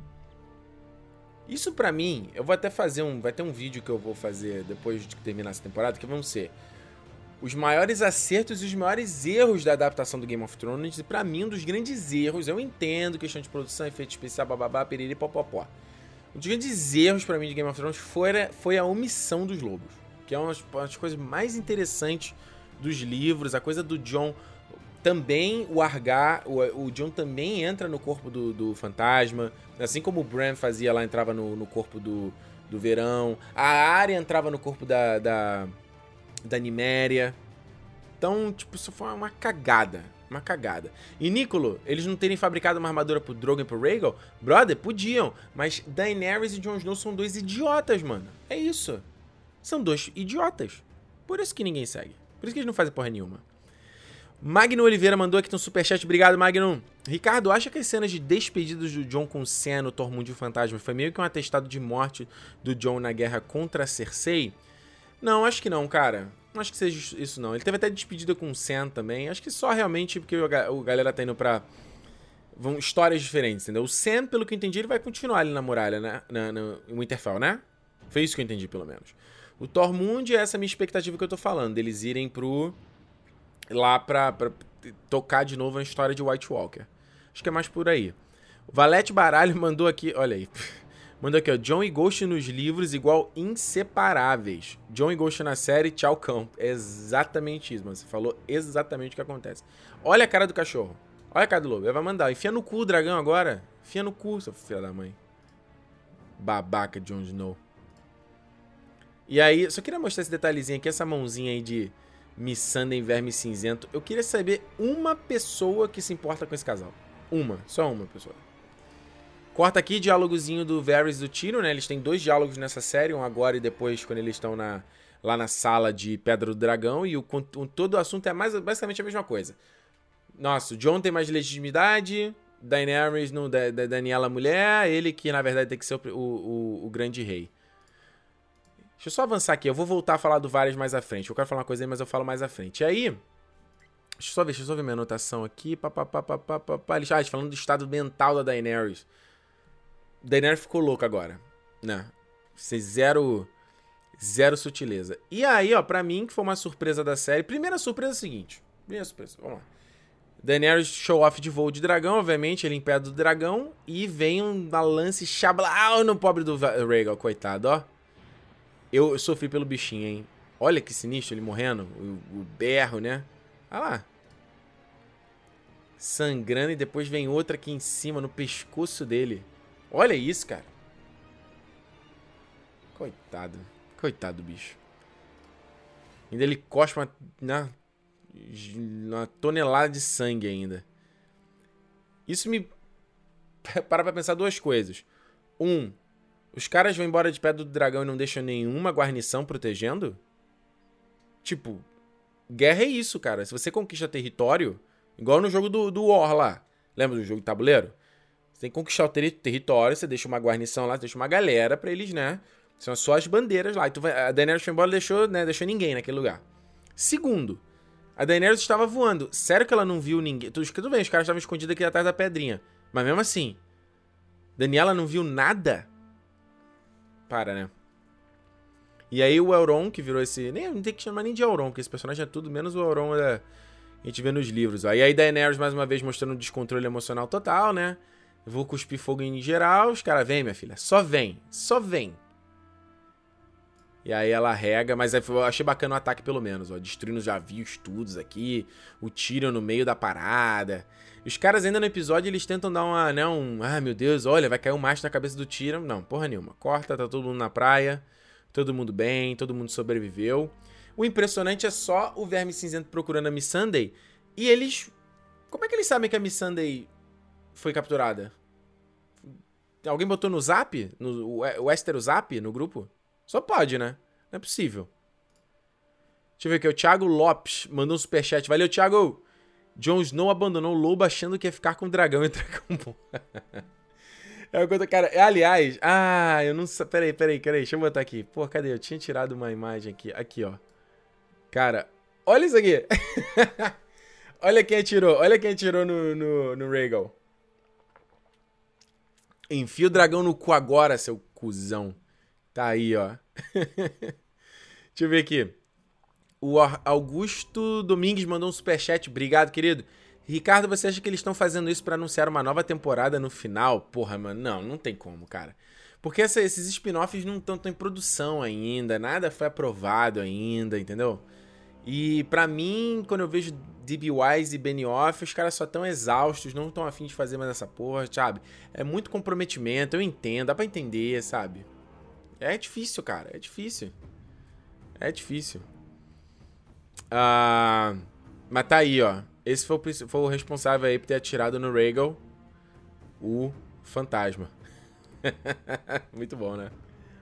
Isso pra mim, eu vou até fazer vai ter um vídeo que eu vou fazer depois de terminar essa temporada, que vão ser os maiores acertos e os maiores erros da adaptação do Game of Thrones. E pra mim, um dos grandes erros, eu entendo questão de produção, efeito especial, bababá, periri, popopó. Um dos grandes erros pra mim de Game of Thrones foi a omissão dos lobos. Que é uma das coisas mais interessantes dos livros, a coisa do Jon também, o Jon também entra no corpo do fantasma, assim como o Bran fazia lá, entrava no corpo do Verão, a Arya entrava no corpo da da Niméria. Então, tipo, isso foi uma cagada. Uma cagada. E Niccolo, eles não terem fabricado uma armadura pro Drogon e pro Rhaegal? Brother, podiam. Mas Daenerys e Jon Snow são dois idiotas, mano. É isso. São dois idiotas. Por isso que ninguém segue. Por isso que eles não fazem porra nenhuma. Magno Oliveira mandou aqui um superchat. Obrigado, Magno. Ricardo, acha que as cenas de despedidas do Jon com Sam no Tormund Fantasma foi meio que um atestado de morte do Jon na guerra contra a Cersei? Não, acho que não, cara. Não acho que seja isso, não. Ele teve até despedida com o Sam também. Acho que só realmente porque o galera tá indo pra... Vão histórias diferentes, entendeu? O Sam, pelo que eu entendi, ele vai continuar ali na muralha, né? No Winterfell, né? Foi isso que eu entendi, pelo menos. O Tormund é essa minha expectativa que eu tô falando. Deles irem lá pra tocar de novo a história de White Walker. Acho que é mais por aí. O Valete Baralho mandou aqui... Olha aí. Mandou aqui, ó. Jon e Ghost nos livros igual inseparáveis. Jon e Ghost na série, tchau cão. É exatamente isso, mano. Você falou exatamente o que acontece. Olha a cara do cachorro. Olha a cara do lobo. Ele vai mandar. Enfia no cu o dragão agora. Enfia no cu, seu filho da mãe. Babaca Jon Snow. E aí, só queria mostrar esse detalhezinho aqui. Essa mãozinha aí de Missandei Verme Cinzento. Eu queria saber uma pessoa que se importa com esse casal. Uma. Só uma pessoa. Corta aqui, diálogozinho do Varys e do Tyrion, né? Eles têm 2 diálogos nessa série, um agora e depois, quando eles estão lá na sala de Pedra do Dragão. E todo o assunto é basicamente a mesma coisa. Nossa, o Jon tem mais legitimidade, Daenerys, Daniela mulher, ele que na verdade tem que ser o grande rei. Deixa eu só avançar aqui, eu vou voltar a falar do Varys mais à frente. Eu quero falar uma coisa aí, mas eu falo mais à frente. E aí... Deixa eu só ver minha anotação aqui. Eles falando do estado mental da Daenerys. Daenerys ficou louca agora, né? Zero sutileza. E aí, ó, pra mim, que foi uma surpresa da série. Primeira surpresa é a seguinte. Primeira surpresa, vamos lá. Daenerys show off de voo de dragão, obviamente, ele em pé do dragão. E vem um lance chablau no pobre do Rhaegal, coitado, ó. Eu sofri pelo bichinho, hein? Olha que sinistro ele morrendo. O berro, né? Olha lá. Sangrando e depois vem outra aqui em cima, no pescoço dele. Olha isso, cara. Coitado. Coitado do bicho. Ainda ele cospe uma tonelada de sangue ainda. Isso me... Para pra pensar 2 coisas. Os caras vão embora de Pedra do Dragão e não deixam nenhuma guarnição protegendo? Tipo, guerra é isso, cara. Se você conquista território, igual no jogo do War lá. Lembra do jogo de tabuleiro? Você tem que conquistar o território, você deixa uma guarnição lá, você deixa uma galera pra eles, né? São só as bandeiras lá. A Daenerys foi embora e deixou ninguém naquele lugar. Segundo, a Daenerys estava voando. Sério que ela não viu ninguém? Tudo bem, os caras estavam escondidos aqui atrás da pedrinha. Mas mesmo assim, Daniela não viu nada? Para, né? E aí o Elrond, que virou esse... Não tem que chamar nem de Elrond, porque esse personagem é tudo menos o Elrond a gente vê nos livros. Ó. E aí Daenerys, mais uma vez, mostrando um descontrole emocional total, né? Eu vou cuspir fogo em geral. Os caras, vem, minha filha. Só vem. Só vem. E aí ela rega, mas eu achei bacana o ataque pelo menos, ó. Destruindo os navios, tudo aqui. O Tyrion no meio da parada. Os caras ainda no episódio, eles tentam dar uma, né, ah, meu Deus, olha, vai cair um mastro na cabeça do Tyrion. Não, porra nenhuma. Corta, tá todo mundo na praia. Todo mundo bem, todo mundo sobreviveu. O impressionante é só o Verme Cinzento procurando a Missandei. E eles... Como é que eles sabem que a Missandei foi capturada? Alguém botou no Zap? No Westeros Zap no grupo? Só pode, né? Não é possível. Deixa eu ver aqui. O Thiago Lopes mandou um superchat. Valeu, Thiago! Jon Snow abandonou o lobo achando que ia ficar com o dragão e o dragão... É o que eu tô... Cara, aliás... Ah, eu não sei... Peraí. Deixa eu botar aqui. Pô, cadê? Eu tinha tirado uma imagem aqui. Aqui, ó. Cara, olha isso aqui. Olha quem atirou no Rhaegal. Enfia o dragão no cu agora, seu cuzão. Tá aí, ó. Deixa eu ver aqui. O Augusto Domingues mandou um superchat. Obrigado, querido. Ricardo, você acha que eles estão fazendo isso pra anunciar uma nova temporada no final? Porra, mano, não tem como, cara. Porque esses spin-offs não estão em produção ainda, nada foi aprovado ainda, entendeu? E pra mim, quando eu vejo D.B. Wise e Benioff, os caras só estão exaustos, não estão afim de fazer mais essa porra, sabe? É muito comprometimento, eu entendo, dá pra entender, sabe? É difícil, cara, é difícil. É difícil. Mas tá aí, ó. Esse foi o responsável aí por ter atirado no Rhaegal, o fantasma. Muito bom, né?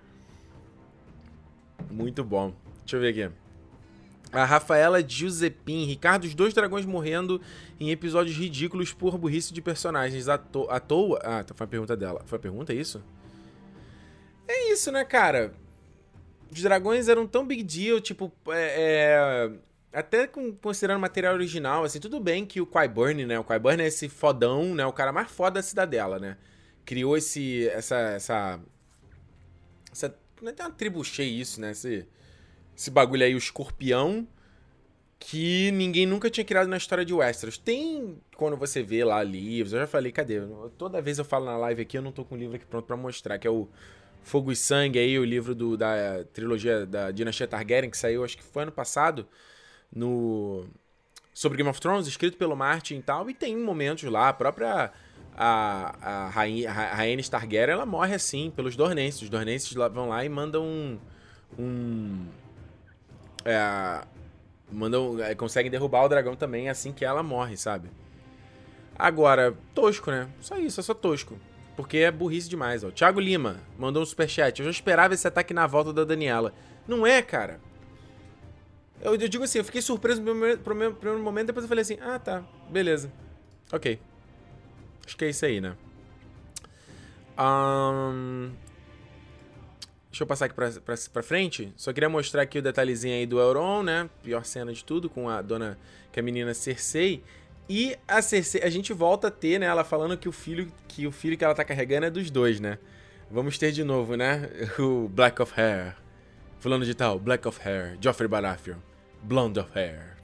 Muito bom. Deixa eu ver aqui. A Rafaela Giuseppin. Ricardo, os 2 dragões morrendo em episódios ridículos por burrice de personagens. À toa... Ah, foi a pergunta dela. Foi a pergunta, é isso? É isso, né, cara? Os dragões eram tão big deal, tipo... Até considerando o material original, assim, tudo bem que o Qyburn, né? O Qyburn é esse fodão, né? O cara mais foda da cidadela, né? Criou essa não é uma tribuchê isso, né? Esse bagulho aí, o escorpião, que ninguém nunca tinha criado na história de Westeros. Tem, quando você vê lá livros, eu já falei, cadê? Toda vez eu falo na live aqui, eu não tô com o livro aqui pronto pra mostrar, que é o Fogo e Sangue aí, o livro da trilogia da Dinastia Targaryen, que saiu, acho que foi ano passado, sobre Game of Thrones, escrito pelo Martin e tal, e tem momentos lá, a própria a Rhaenys Targaryen, ela morre assim, pelos Dornenses. Os Dornenses vão lá e mandam conseguem derrubar o dragão também assim que ela morre, sabe? Agora, tosco, né? Só isso, é só tosco. Porque é burrice demais, ó. Thiago Lima mandou um superchat. Eu já esperava esse ataque na volta da Daniela. Não é, cara. Eu digo assim, eu fiquei surpreso no primeiro momento, depois eu falei assim, ah, tá, beleza. Ok. Acho que é isso aí, né? Deixa eu passar aqui pra frente. Só queria mostrar aqui o detalhezinho aí do Euron, né? Pior cena de tudo, com a a menina Cersei. E a Cersei, a gente volta a ter, né? Ela falando que o filho que ela tá carregando é dos 2, né? Vamos ter de novo, né? O Black of Hair. Fulano de tal, Black of Hair. Joffrey Baratheon. Blonde of Hair.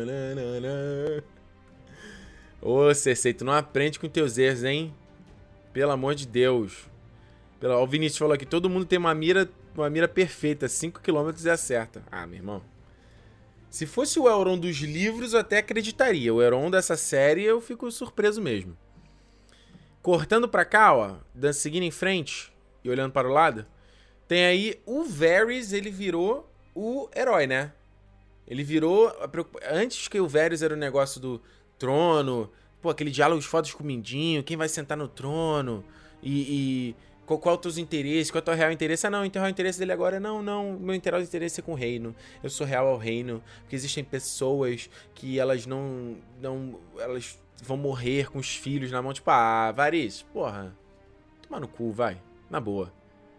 Ô, Cersei, tu não aprende com teus erros, hein? Pelo amor de Deus. O Vinícius falou aqui, todo mundo tem uma mira perfeita, 5 km e acerta. Ah, meu irmão. Se fosse o Euron dos livros, eu até acreditaria. O Euron dessa série, eu fico surpreso mesmo. Cortando pra cá, ó, seguindo em frente e olhando para o lado, tem aí o Varys, ele virou o herói, né? Ele virou... Antes que o Varys era o negócio do trono, pô, aquele diálogo de fotos com o Mindinho, quem vai sentar no trono, qual é o teu interesse, qual é o teu real interesse? Ah, não, o real interesse dele agora, não, meu real interesse é com o reino, eu sou real ao reino, porque existem pessoas que elas elas vão morrer com os filhos na mão, tipo, Varys, porra, toma no cu, vai, na boa.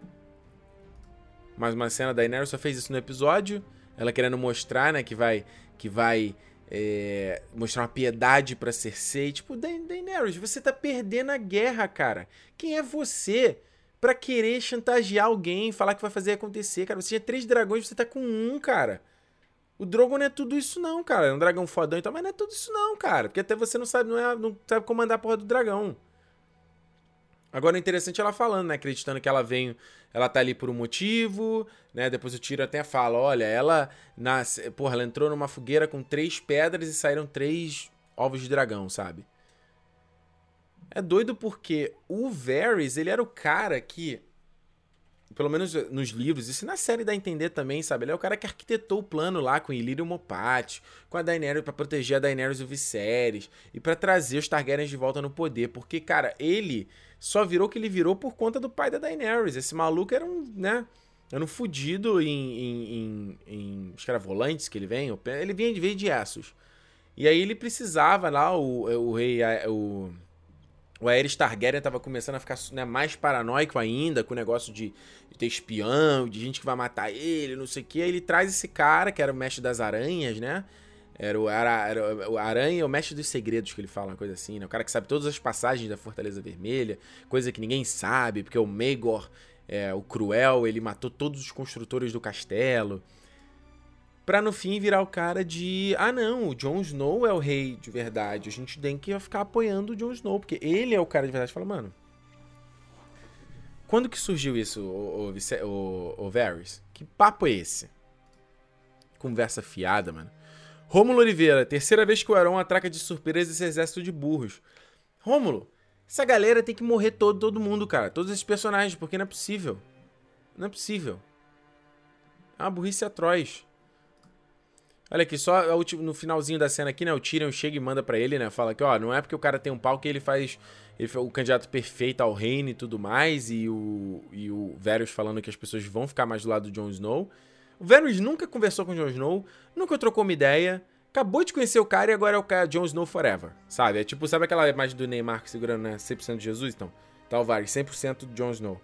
Mais uma cena da Daenerys só fez isso no episódio, ela querendo mostrar, né, que vai mostrar uma piedade pra Cersei. Tipo, Daenerys, você tá perdendo a guerra, cara. Quem é você pra querer chantagear alguém, falar que vai fazer acontecer, cara? Você tinha 3 dragões, você tá com 1, cara. O Drogon não é tudo isso não, cara. É um dragão fodão e tal, mas não é tudo isso não, cara. Porque até você não sabe comandar a porra do dragão. Agora é interessante ela falando, né? Acreditando que ela tá ali por um motivo, né? Depois o Tyrion até fala, olha, ela entrou numa fogueira com 3 pedras e saíram 3 ovos de dragão, sabe? É doido porque o Varys, ele era o cara que, pelo menos nos livros, isso na série dá a entender também, sabe? Ele é o cara que arquitetou o plano lá com Illyrio Mopatis, com a Daenerys, pra proteger a Daenerys e o Viserys, e pra trazer os Targaryens de volta no poder, porque, cara, ele só virou o que ele virou por conta do pai da Daenerys. Esse maluco era era um fudido em escravolantes que ele veio de Essos. E aí ele precisava lá, o Aerys Targaryen tava começando a ficar, né, mais paranoico ainda, com o negócio de ter espião, de gente que vai matar ele, não sei o que. Aí ele traz esse cara, que era o mestre das aranhas, né? Era o Aranha, o mestre dos segredos, que ele fala, uma coisa assim, né? O cara que sabe todas as passagens da Fortaleza Vermelha, coisa que ninguém sabe, porque o Maegor, o Cruel, ele matou todos os construtores do castelo. Pra no fim virar o cara de... Ah, não, o Jon Snow é o rei de verdade. A gente tem que ficar apoiando o Jon Snow, porque ele é o cara de verdade. Fala, mano... Quando que surgiu isso, o Varys? Que papo é esse? Conversa fiada, mano. Rômulo Oliveira, 3ª vez que o Euron atraca de surpresa esse exército de burros. Rômulo, essa galera tem que morrer todo mundo, cara. Todos esses personagens, porque não é possível. Não é possível. É uma burrice atroz. Olha aqui, só no finalzinho da cena aqui, né? O Tyrion chega e manda pra ele, né? Fala que, ó, não é porque o cara tem um pau que ele faz... Ele foi o candidato perfeito ao reino e tudo mais. E o Varys falando que as pessoas vão ficar mais do lado do Jon Snow. O Varys nunca conversou com o Jon Snow. Nunca trocou uma ideia. Acabou de conhecer o cara e agora é o cara Jon Snow forever. Sabe? É tipo, sabe aquela imagem do Neymar segurando, né? 100% de Jesus? Então, tá o Varys, 100% de Jon Snow.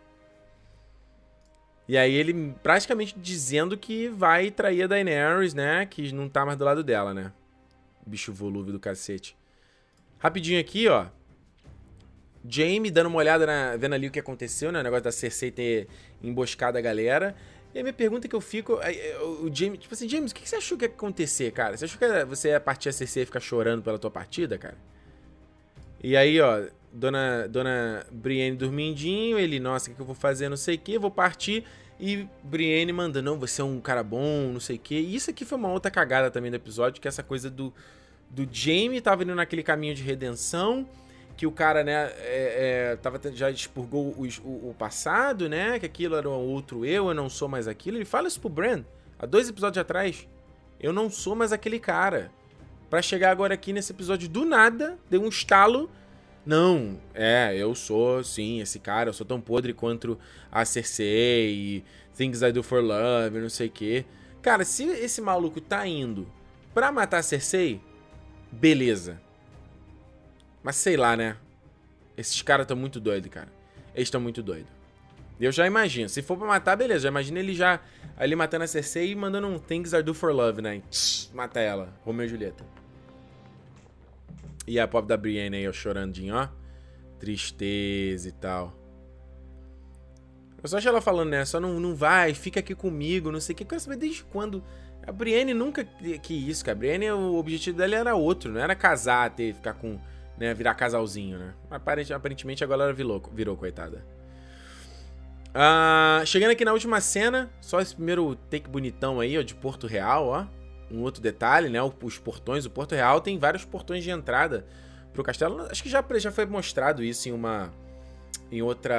E aí ele praticamente dizendo que vai trair a Daenerys, né? Que não tá mais do lado dela, né? Bicho volúvel do cacete. Rapidinho aqui, ó. Jaime dando uma olhada, vendo ali o que aconteceu, né? O negócio da Cersei ter emboscado a galera. E a minha pergunta que eu fico... O Jaime... Tipo assim, James, o que você achou que ia acontecer, cara? Você achou que você ia partir a Cersei e ficar chorando pela tua partida, cara? E aí, ó... Dona Brienne dormindinho, ele, nossa, o que eu vou fazer, não sei o que, vou partir, e Brienne manda, não, você é um cara bom, não sei o que, e isso aqui foi uma outra cagada também do episódio, que é essa coisa do Jaime tava indo naquele caminho de redenção, que o cara, né, já expurgou o passado, né, que aquilo era um outro eu não sou mais aquilo, ele fala isso pro Bran, há 2 episódios atrás, eu não sou mais aquele cara, pra chegar agora aqui nesse episódio do nada, deu um estalo. Não, eu sou, sim, esse cara, eu sou tão podre quanto a Cersei e Things I Do For Love, não sei o quê. Cara, se esse maluco tá indo pra matar a Cersei, beleza. Mas sei lá, né? Esses caras tão muito doidos, cara. Eles tão muito doidos. Eu já imagino, se for pra matar, beleza. Já imagina ele já ali matando a Cersei e mandando um Things I Do For Love, né? Mata ela, Romeu e Julieta. E a pobre da Brienne aí, ó, chorandinho, ó. Tristeza e tal. Eu só acho ela falando, né? Só não vai, fica aqui comigo, não sei o que. Eu quero saber desde quando. A Brienne nunca... Que isso, cara. A Brienne, o objetivo dela era outro. Não era casar, ficar com... Né, virar casalzinho, né? Aparentemente agora ela virou, coitada. Chegando aqui na última cena. Só esse primeiro take bonitão aí, ó, de Porto Real, ó. Um outro detalhe, né? Os portões. O Porto Real tem vários portões de entrada pro castelo. Acho que já foi mostrado isso em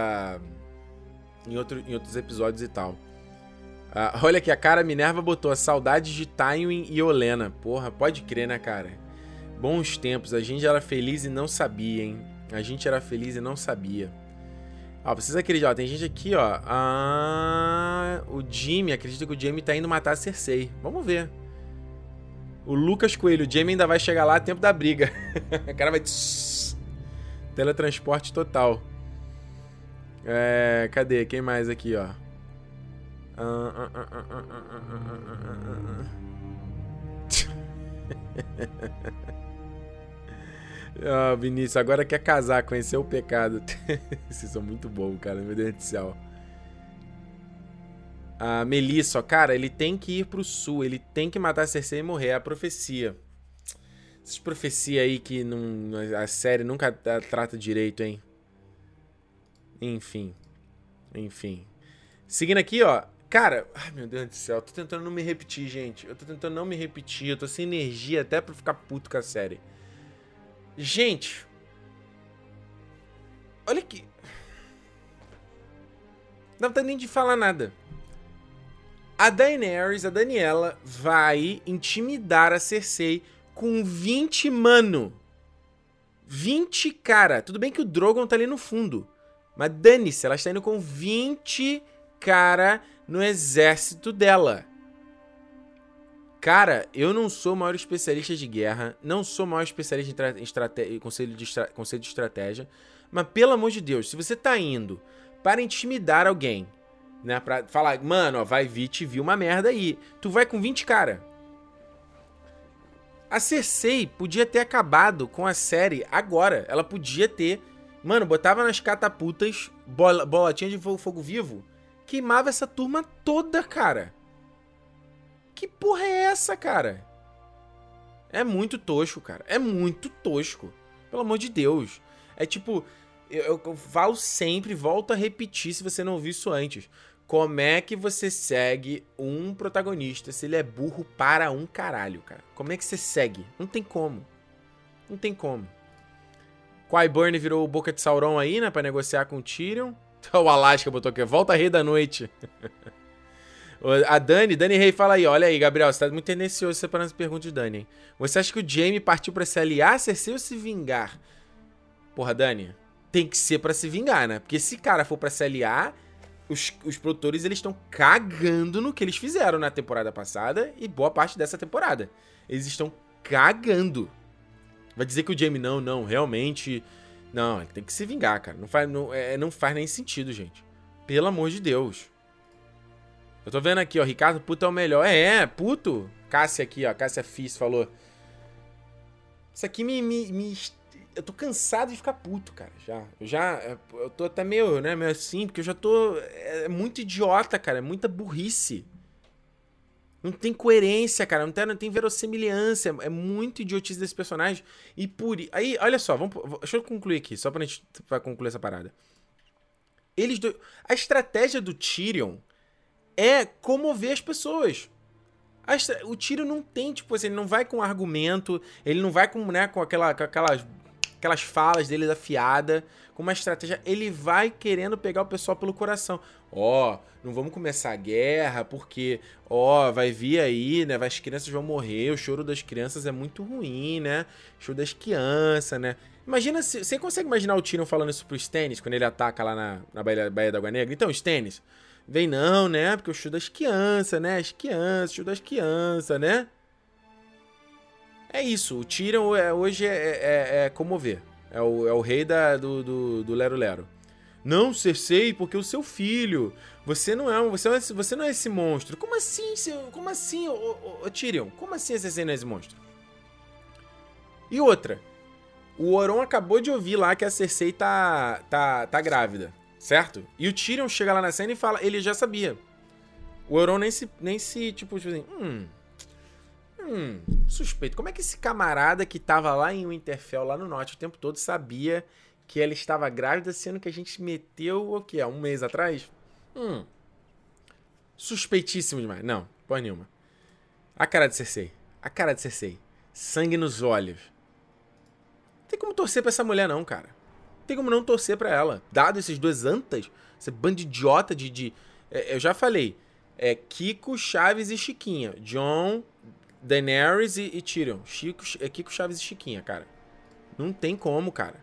outros episódios e tal. Olha aqui, a cara Minerva botou saudades de Tywin e Olenna. Porra, pode crer, né, cara? Bons tempos. A gente era feliz e não sabia, hein? A gente era feliz e não sabia. Precisa acreditar. Tem gente aqui, ó. O Jaime. Acredita que o Jaime tá indo matar a Cersei. Vamos ver. O Lucas Coelho, o Jaime ainda vai chegar lá a tempo da briga. O cara vai... Teletransporte total. Cadê? Quem mais aqui, ó? Vinícius, agora quer casar, conhecer o pecado. Vocês são muito bons, cara. Meu Deus do céu. Melissa, ó, cara, ele tem que ir pro sul, ele tem que matar a Cersei e morrer, é a profecia. Essas profecias aí que a série nunca trata direito, hein? Enfim. Seguindo aqui, ó, cara, ai meu Deus do céu, eu tô tentando não me repetir, gente. Eu tô sem energia até pra ficar puto com a série. Gente, olha aqui. Não dá nem de falar nada. A Daenerys, a Daniela, vai intimidar a Cersei com 20 mano. 20 cara. Tudo bem que o Drogon tá ali no fundo. Mas dane-se, ela está indo com 20 cara no exército dela. Cara, eu não sou o maior especialista de guerra. Não sou o maior especialista em conselho de estratégia. Mas pelo amor de Deus, se você tá indo para intimidar alguém, né, pra falar, mano, ó, vai vir, te viu uma merda aí. Tu vai com 20 cara. A Cersei podia ter acabado com a série agora. Ela podia ter... Mano, botava nas catapultas, bolotinha de fogo vivo, queimava essa turma toda, cara. Que porra é essa, cara? É muito tosco, cara. É muito tosco. Pelo amor de Deus. É tipo... Eu falo sempre, volto a repetir se você não ouviu isso antes. Como é que você segue um protagonista se ele é burro para um caralho, cara? Como é que você segue? Não tem como. Não tem como. Qyburn virou o Boca de Sauron aí, né? Pra negociar com o Tyrion. O Alaska botou aqui, volta Rei da Noite. A Dani Rey fala aí, olha aí, Gabriel, você tá muito tendencioso separando as perguntas de Dani, hein? Você acha que o Jaime partiu pra se aliar a Cersei ou se vingar? Porra, Dani, tem que ser pra se vingar, né? Porque se cara for pra se aliar, os produtores, eles estão cagando no que eles fizeram na temporada passada e boa parte dessa temporada. Eles estão cagando. Vai dizer que o Jaime não, realmente... Não, ele tem que se vingar, cara. Não faz nem sentido, gente. Pelo amor de Deus. Eu tô vendo aqui, ó, Ricardo Puto é o melhor. Puto. Cássia aqui, ó, Cássia Fis falou. Isso aqui eu tô cansado de ficar puto, cara, eu tô até meio assim, porque eu já tô... É muito idiota, cara, é muita burrice. Não tem coerência, cara, não tem verossimilhança, é muito idiotice desse personagem. E aí, olha só, deixa eu concluir aqui, só pra concluir essa parada. A estratégia do Tyrion é comover as pessoas. O Tyrion não tem, tipo assim, ele não vai com argumento, ele não vai com aquelas falas dele afiadas, com uma estratégia, ele vai querendo pegar o pessoal pelo coração. Não vamos começar a guerra, porque, vai vir aí, né, as crianças vão morrer, o choro das crianças é muito ruim, né, o choro das crianças, né. Imagina, você consegue imaginar o Tyrion falando isso pro Stannis, quando ele ataca lá na Baía da Água Negra? Então, Stannis, vem não, né, porque o choro das crianças, né, o choro das crianças, né. É isso, o Tyrion hoje é comover. É o rei do Lero Lero. Não, Cersei, porque o seu filho. Você não é esse monstro. Como assim, Tyrion? Como assim a Cersei não é esse monstro? E outra. O Oron acabou de ouvir lá que a Cersei tá grávida, certo? E o Tyrion chega lá na cena e fala, ele já sabia. O Oron nem se tipo assim, suspeito. Como é que esse camarada que tava lá em Winterfell, lá no norte, o tempo todo, sabia que ela estava grávida, sendo que a gente meteu, o quê? 1 mês atrás? Suspeitíssimo demais. Não, porra nenhuma. A cara de Cersei. Sangue nos olhos. Não tem como torcer pra essa mulher, não, cara. Não tem como não torcer pra ela. Dado esses 2 antas, esse bando de idiota eu já falei. Kiko, Chaves e Chiquinha. Jon, Daenerys e Tyrion. Kiko, Chaves e Chiquinha, cara. Não tem como, cara.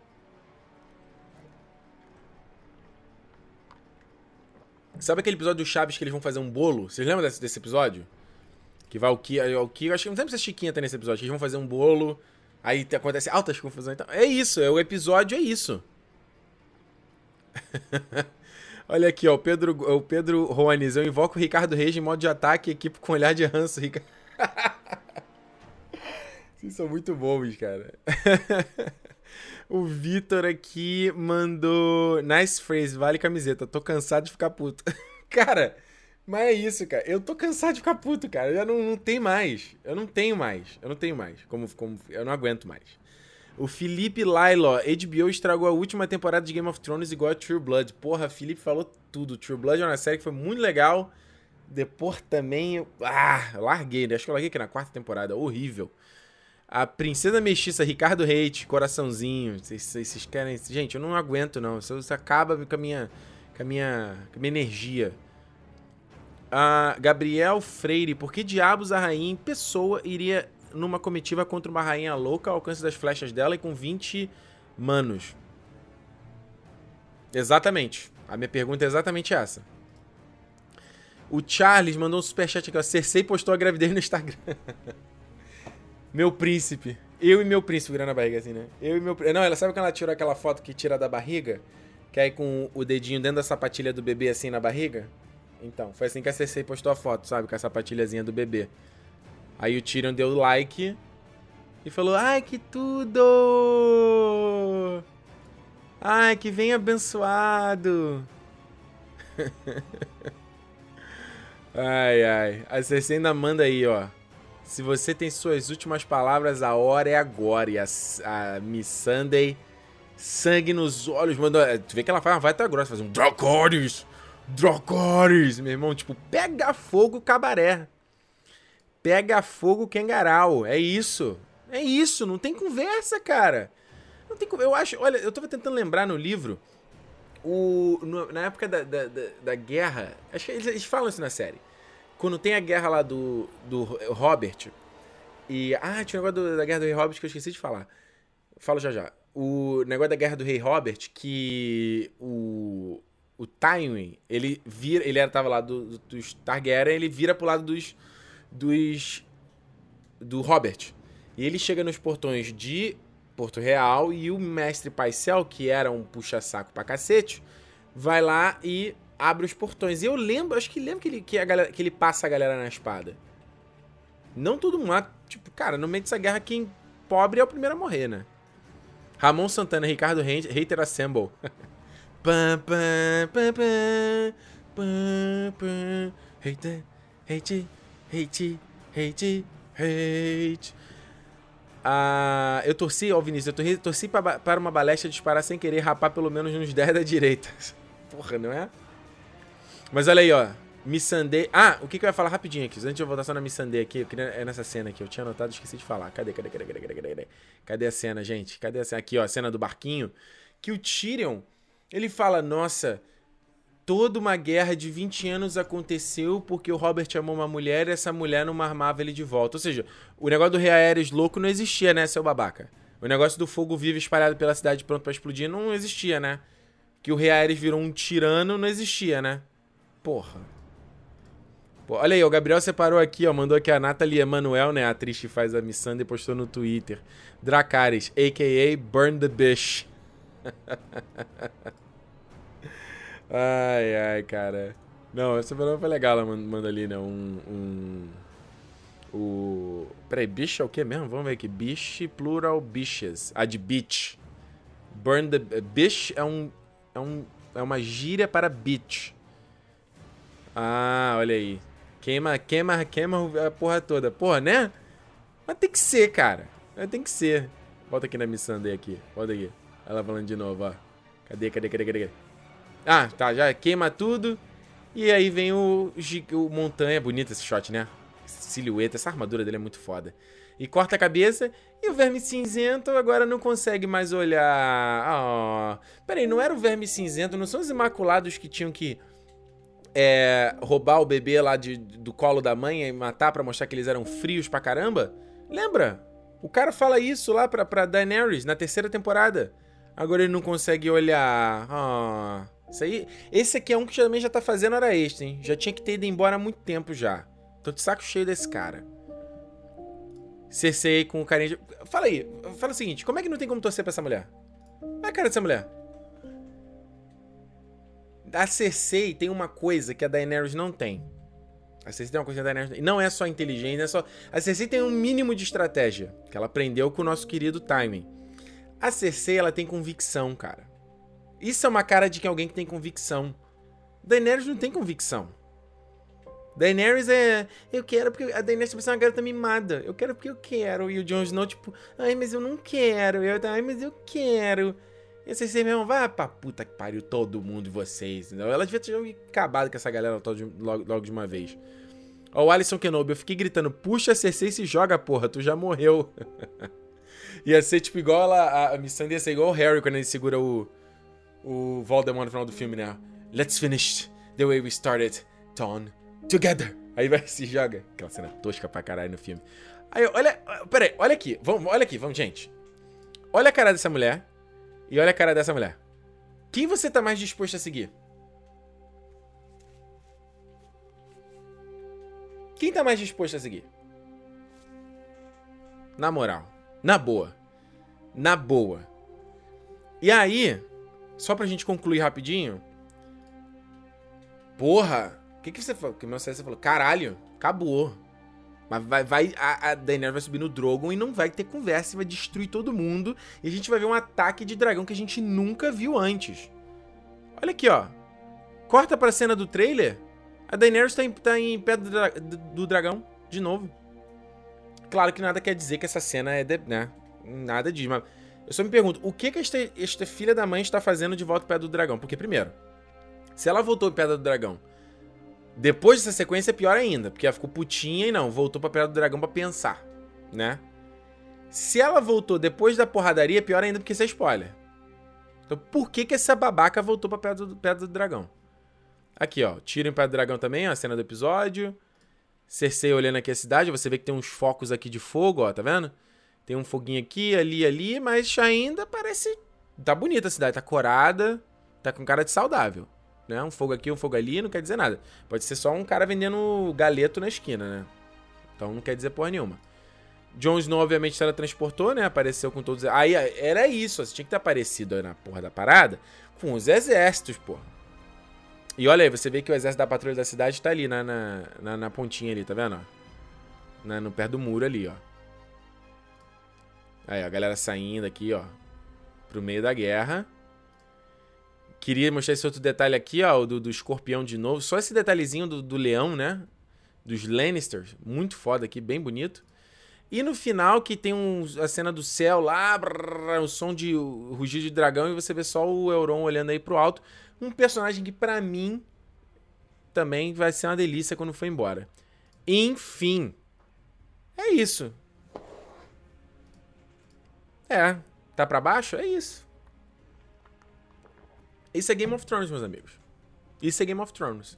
Sabe aquele episódio do Chaves que eles vão fazer um bolo? Vocês lembram desse episódio? Que vai o Kiko... Acho que não lembro se a Chiquinha tá nesse episódio. Que eles vão fazer um bolo. Aí acontece altas confusões. Então, é isso. O episódio é isso. Olha aqui, ó. O Pedro Roanes. Eu invoco o Ricardo Reis em modo de ataque. Equipe com olhar de ranço. Vocês são muito bons, cara. O Vitor aqui mandou... Nice phrase, vale camiseta. Tô cansado de ficar puto. Cara, mas é isso, cara. Eu tô cansado de ficar puto, cara. Eu já não tenho mais. Eu não tenho mais. Eu não aguento mais. O Felipe Lailo. HBO estragou a última temporada de Game of Thrones igual a True Blood. Porra, Felipe falou tudo. True Blood é uma série que foi muito legal. Depois também... eu larguei. Acho que eu larguei aqui na 4ª temporada. Horrível. A Princesa Mestiça, Ricardo Reis, coraçãozinho. Vocês querem... Gente, eu não aguento, não. Isso acaba com a minha energia. Gabriel Freire. Por que diabos a rainha em pessoa iria numa comitiva contra uma rainha louca ao alcance das flechas dela e com 20 manos? Exatamente. A minha pergunta é exatamente essa. O Charles mandou um superchat aqui, ó. Cersei postou a gravidez no Instagram. Meu príncipe. Eu e meu príncipe virando a barriga assim, né? Não, ela sabe quando ela tirou aquela foto que tira da barriga? Que aí com o dedinho dentro da sapatilha do bebê assim na barriga? Então, foi assim que a Cersei postou a foto, sabe? Com a sapatilhazinha do bebê. Aí o Tyrion deu like e falou, ai, que tudo! Ai, que vem abençoado! Ai. A Cersei ainda manda aí, ó. Se você tem suas últimas palavras, a hora é agora. E a Miss Sunday, sangue nos olhos, manda... Tu vê que ela faz uma vaita grossa, faz um Dracarys, meu irmão. Tipo, pega fogo cabaré. Pega fogo Kengarau. É isso, não tem conversa, cara. Não tem conversa. Eu acho, olha, eu tava tentando lembrar no livro, na época da guerra, acho que eles falam isso na série. Quando tem a guerra lá do Robert. E. Ah, tinha um negócio da guerra do Rei Robert que eu esqueci de falar. Falo já já. O negócio da guerra do Rei Robert, que o Tywin, ele vira. Ele tava lá dos Targaryen, ele vira pro lado do Robert. E ele chega nos portões de Porto Real e o mestre Pycelle, que era um puxa-saco pra cacete, vai lá e abre os portões. E eu lembro, acho que lembro que ele passa a galera na espada. Não todo mundo. Tipo, cara, no meio dessa guerra, quem pobre é o primeiro a morrer, né? Ramon Santana, Ricardo Hater Assemble. Pam, pam, pam, pam, pam, pam. Hate, hate, hate, hate, hate. Eu torci, ó, Vinícius, eu torci para uma balestra disparar sem querer, rapar pelo menos uns 10 da direita. Porra, não é? Mas olha aí, ó. Missandei. O que eu ia falar rapidinho aqui? Antes de eu voltar só na Missandei aqui, é nessa cena aqui. Eu tinha anotado e esqueci de falar. Cadê a cena, gente? Cadê a cena? Aqui, ó, a cena do barquinho. Que o Tyrion, ele fala, nossa, toda uma guerra de 20 anos aconteceu porque o Robert amou uma mulher e essa mulher não armava ele de volta. Ou seja, o negócio do Rei Aerys louco não existia, né, seu babaca? O negócio do fogo vivo espalhado pela cidade pronto pra explodir não existia, né? Que o Rei Aerys virou um tirano não existia, né? Porra. Pô, olha aí, o Gabriel separou aqui, ó. Mandou aqui a Nathalie Emanuel, né? A atriz que faz a Missandei, postou no Twitter. Dracarys, a.k.a. Burn the Bitch. Ai, cara. Não, essa palavra foi legal, ela manda ali, né? Peraí, bicho é o que mesmo? Vamos ver aqui. Biche, plural, biches. De bitch. Burn the... Biche é uma gíria para bitch. Olha aí. Queima a porra toda. Porra, né? Mas tem que ser, cara. Tem que ser. Volta aqui na Missandei aqui. Volta aqui. Ela falando de novo, ó. Cadê? Tá. Já queima tudo. E aí vem o montanha. Bonito esse shot, né? Silhueta. Essa armadura dele é muito foda. E corta a cabeça. E o verme cinzento agora não consegue mais olhar. Peraí, não era o verme cinzento? Não são os imaculados que tinham que... roubar o bebê lá do colo da mãe e matar pra mostrar que eles eram frios pra caramba? Lembra? O cara fala isso lá pra Daenerys na 3ª temporada. Agora ele não consegue olhar. Esse aqui é um que também já tá fazendo hora extra, hein? Já tinha que ter ido embora há muito tempo já. Tô de saco cheio desse cara. Cersei com o carinha de... Fala o seguinte, como é que não tem como torcer pra essa mulher? Olha a cara dessa mulher. A Cersei tem uma coisa que a Daenerys não tem. A Cersei tem uma coisa que a Daenerys não tem. Não é só inteligência, não é só... A Cersei tem um mínimo de estratégia, que ela aprendeu com o nosso querido Tywin. A Cersei, ela tem convicção, cara. Isso é uma cara de alguém que tem convicção. Daenerys não tem convicção. Daenerys eu quero porque... A Daenerys é uma garota mimada. Eu quero porque eu quero. E o Jon Snow, tipo... Ai, mas eu não quero. Ai, mas eu quero. E a Cersei mesmo, vai pra puta que pariu todo mundo de vocês. Entendeu? Ela devia ter acabado com essa galera logo de uma vez. Ó, o Alisson Kenobi, eu fiquei gritando, puxa a Cersei e se joga, porra, tu já morreu. Ia ser tipo igual a Missandei, ia ser igual o Harry quando ele segura o Voldemort no final do filme, né? Let's finish the way we started, Dawn, together. Aí vai se joga. Aquela cena tosca pra caralho no filme. Aí, peraí, olha aqui, vamos, gente. Olha a cara dessa mulher e olha a cara dessa mulher. Quem você tá mais disposto a seguir? Quem tá mais disposto a seguir? Na moral. Na boa. Na boa. E aí, só pra gente concluir rapidinho. Porra. O que você falou? Que meu César falou? Caralho, acabou. Mas a Daenerys vai subir no Drogon e não vai ter conversa. Vai destruir todo mundo. E a gente vai ver um ataque de dragão que a gente nunca viu antes. Olha aqui, ó. Corta pra cena do trailer. A Daenerys tá em pé do dragão, de novo. Claro que nada quer dizer que essa cena é... né? Nada diz, mas... Eu só me pergunto, o que esta filha da mãe está fazendo de volta ao pé do dragão? Porque, primeiro, se ela voltou pra Pedra do Dragão, depois dessa sequência é pior ainda, porque ela ficou putinha e não, voltou pra Pedra do Dragão pra pensar, né? Se ela voltou depois da porradaria, é pior ainda porque isso é spoiler. Então, por que essa babaca voltou pra Pedra do Dragão? Aqui, ó, tiro em Pedra do Dragão também, ó, a cena do episódio. Cersei olhando aqui a cidade, você vê que tem uns focos aqui de fogo, ó, tá vendo? Tem um foguinho aqui, ali, mas ainda parece... Tá bonita a cidade, tá corada, tá com cara de saudável, né? Um fogo aqui, um fogo ali, não quer dizer nada. Pode ser só um cara vendendo galeto na esquina, né? Então não quer dizer porra nenhuma. Jon Snow, obviamente, teletransportou, né? Apareceu com todos... Aí, era isso, você tinha que ter aparecido aí na porra da parada com os exércitos, porra. E olha aí, você vê que o exército da patrulha da cidade tá ali na pontinha ali, tá vendo? No pé do muro ali, ó. Aí, ó, a galera saindo aqui, ó, pro meio da guerra. Queria mostrar esse outro detalhe aqui, ó, do escorpião de novo. Só esse detalhezinho do leão, né? Dos Lannisters. Muito foda aqui, bem bonito. E no final que tem a cena do céu lá, o som de rugir de dragão, e você vê só o Euron olhando aí pro alto. Um personagem que pra mim também vai ser uma delícia quando for embora. Enfim. É isso. Tá pra baixo? É isso. Isso é Game of Thrones, meus amigos. Isso é Game of Thrones.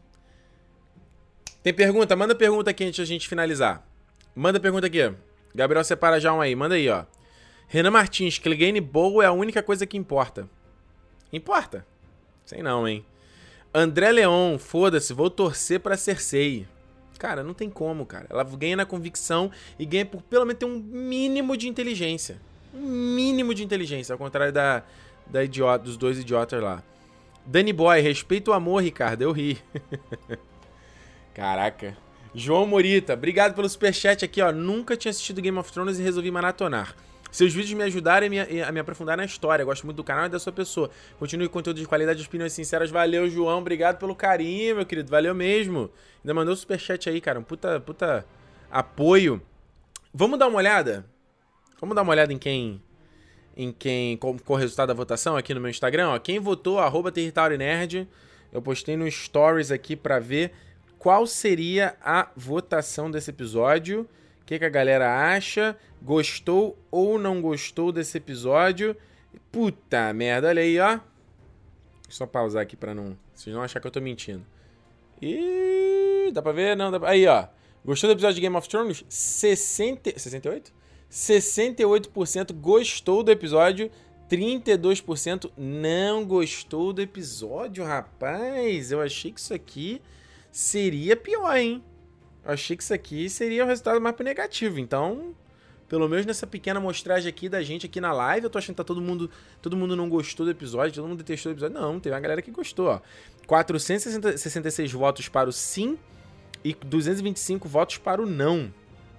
Tem pergunta? Manda pergunta aqui antes da gente finalizar. Manda pergunta aqui. Gabriel separa já um aí. Manda aí, ó. Renan Martins, Clegane boa é a única coisa que importa. Importa? Sei não, hein. André Leon, foda-se, vou torcer pra Cersei. Cara, não tem como, cara. Ela ganha na convicção e ganha por pelo menos ter um mínimo de inteligência. Um mínimo de inteligência, ao contrário dos dois idiotas lá. Danny Boy, respeita o amor, Ricardo. Eu ri. Caraca. João Morita, obrigado pelo superchat aqui, ó. Nunca tinha assistido Game of Thrones e resolvi maratonar. Seus vídeos me ajudaram a me aprofundar na história. Gosto muito do canal e da sua pessoa. Continue com conteúdo de qualidade e opiniões sinceras. Valeu, João. Obrigado pelo carinho, meu querido. Valeu mesmo. Ainda mandou o superchat aí, cara. Um puta apoio. Vamos dar uma olhada? Vamos dar uma olhada qual o resultado da votação aqui no meu Instagram, ó. Quem votou, @TerritorioNerd. Eu postei no Stories aqui pra ver qual seria a votação desse episódio. O que a galera acha? Gostou ou não gostou desse episódio? Puta merda, olha aí, ó. Só pausar aqui pra não... Vocês não acharem que eu tô mentindo. Ih, dá pra ver? Não, dá pra... Aí, ó. Gostou do episódio de Game of Thrones? 68? 68% gostou do episódio. 32% não gostou do episódio, rapaz. Eu achei que isso aqui seria pior, hein? Eu achei que isso aqui seria o resultado mais pro negativo. Então, pelo menos nessa pequena amostragem aqui da gente aqui na live, eu tô achando que tá todo mundo não gostou do episódio, todo mundo detestou o episódio. Não, teve uma galera que gostou, ó. 466 votos para o sim e 225 votos para o não.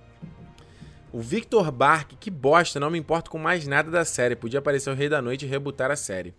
O Victor Bark, que bosta, não me importo com mais nada da série. Podia aparecer o Rei da Noite e rebutar a série.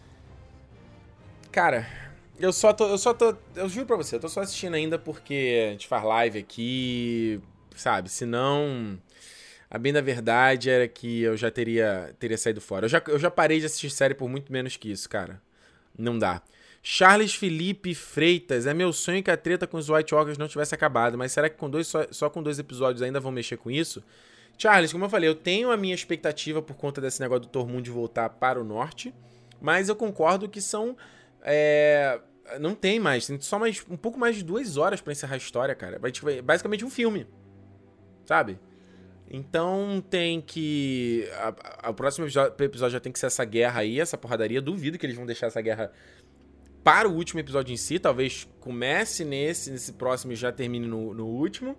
Cara, eu juro pra você, eu tô só assistindo ainda porque a gente faz live aqui, sabe? Senão, a bem da verdade era que eu já teria saído fora. Eu já parei de assistir série por muito menos que isso, cara. Não dá. Charles Felipe Freitas, é meu sonho que a treta com os White Walkers não tivesse acabado, mas será que só com 2 episódios ainda vão mexer com isso? Charles, como eu falei, eu tenho a minha expectativa por conta desse negócio do Tormund voltar para o norte, mas eu concordo que são... não tem mais, tem só um pouco mais de 2 horas pra encerrar a história, cara. Basicamente um filme, sabe? Então tem que... O próximo episódio já tem que ser essa guerra aí, essa porradaria. Duvido que eles vão deixar essa guerra para o último episódio em si. Talvez comece nesse próximo e já termine no último.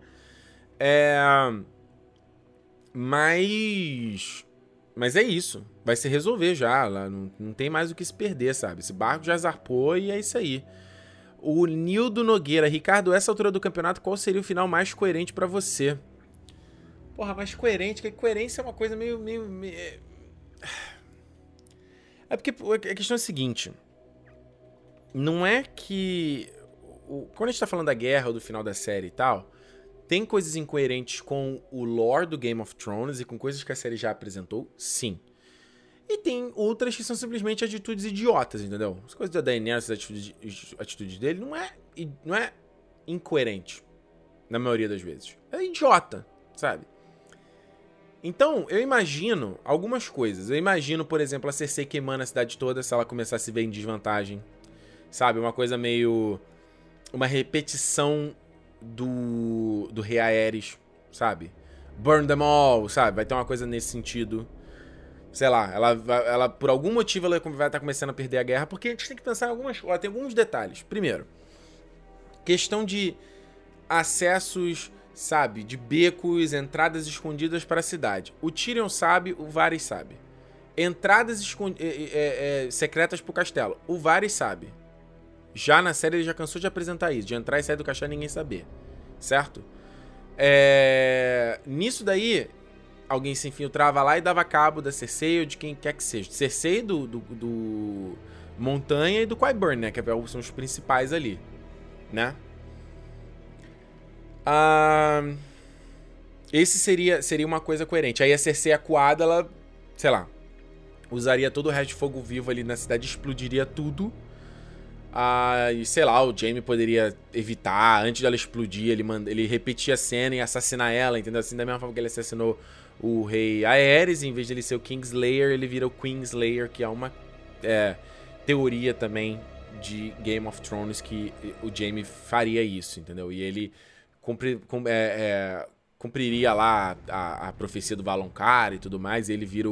Mas é isso. Vai se resolver já. Lá não tem mais o que se perder, sabe? Esse barco já zarpou e é isso aí. O Nildo Nogueira. Ricardo, essa altura do campeonato, qual seria o final mais coerente pra você? Porra, mais coerente? Que coerência é uma coisa meio... É porque a questão é a seguinte. Não é que... Quando a gente tá falando da guerra ou do final da série e tal, tem coisas incoerentes com o lore do Game of Thrones e com coisas que a série já apresentou, sim. E tem outras que são simplesmente atitudes idiotas, entendeu? As coisas da Daenerys, as atitudes dele, não é incoerente, na maioria das vezes. É idiota, sabe? Então, eu imagino algumas coisas. Eu imagino, por exemplo, a Cersei queimando a cidade toda se ela começar a se ver em desvantagem. Sabe? Uma coisa meio... Uma repetição do Rei Aerys, sabe? Burn them all, sabe? Vai ter uma coisa nesse sentido. Sei lá, ela por algum motivo ela vai estar começando a perder a guerra, porque a gente tem que pensar em tem alguns detalhes. Primeiro, questão de acessos, sabe? De becos, entradas escondidas para a cidade. O Tyrion sabe, o Varys sabe. Entradas secretas pro castelo. O Varys sabe. Já na série ele já cansou de apresentar isso. De entrar e sair do castelo e ninguém saber. Certo? Nisso daí, alguém se infiltrava lá e dava cabo da Cersei ou de quem quer que seja. Cersei, do Montanha e do Qyburn, né? Que são os principais ali. Né? Esse seria uma coisa coerente. Aí a Cersei acuada, ela, sei lá, usaria todo o resto de fogo vivo ali na cidade, explodiria tudo. E sei lá, o Jaime poderia evitar, antes dela explodir, ele repetia a cena e assassinar ela, entendeu? Assim, da mesma forma que ele assassinou o rei Aerys, em vez de ele ser o Kingslayer, ele vira o Queenslayer, que é uma teoria também de Game of Thrones, que o Jaime faria isso, entendeu? E ele cumpriria lá a profecia do Valonqar e tudo mais, e ele vira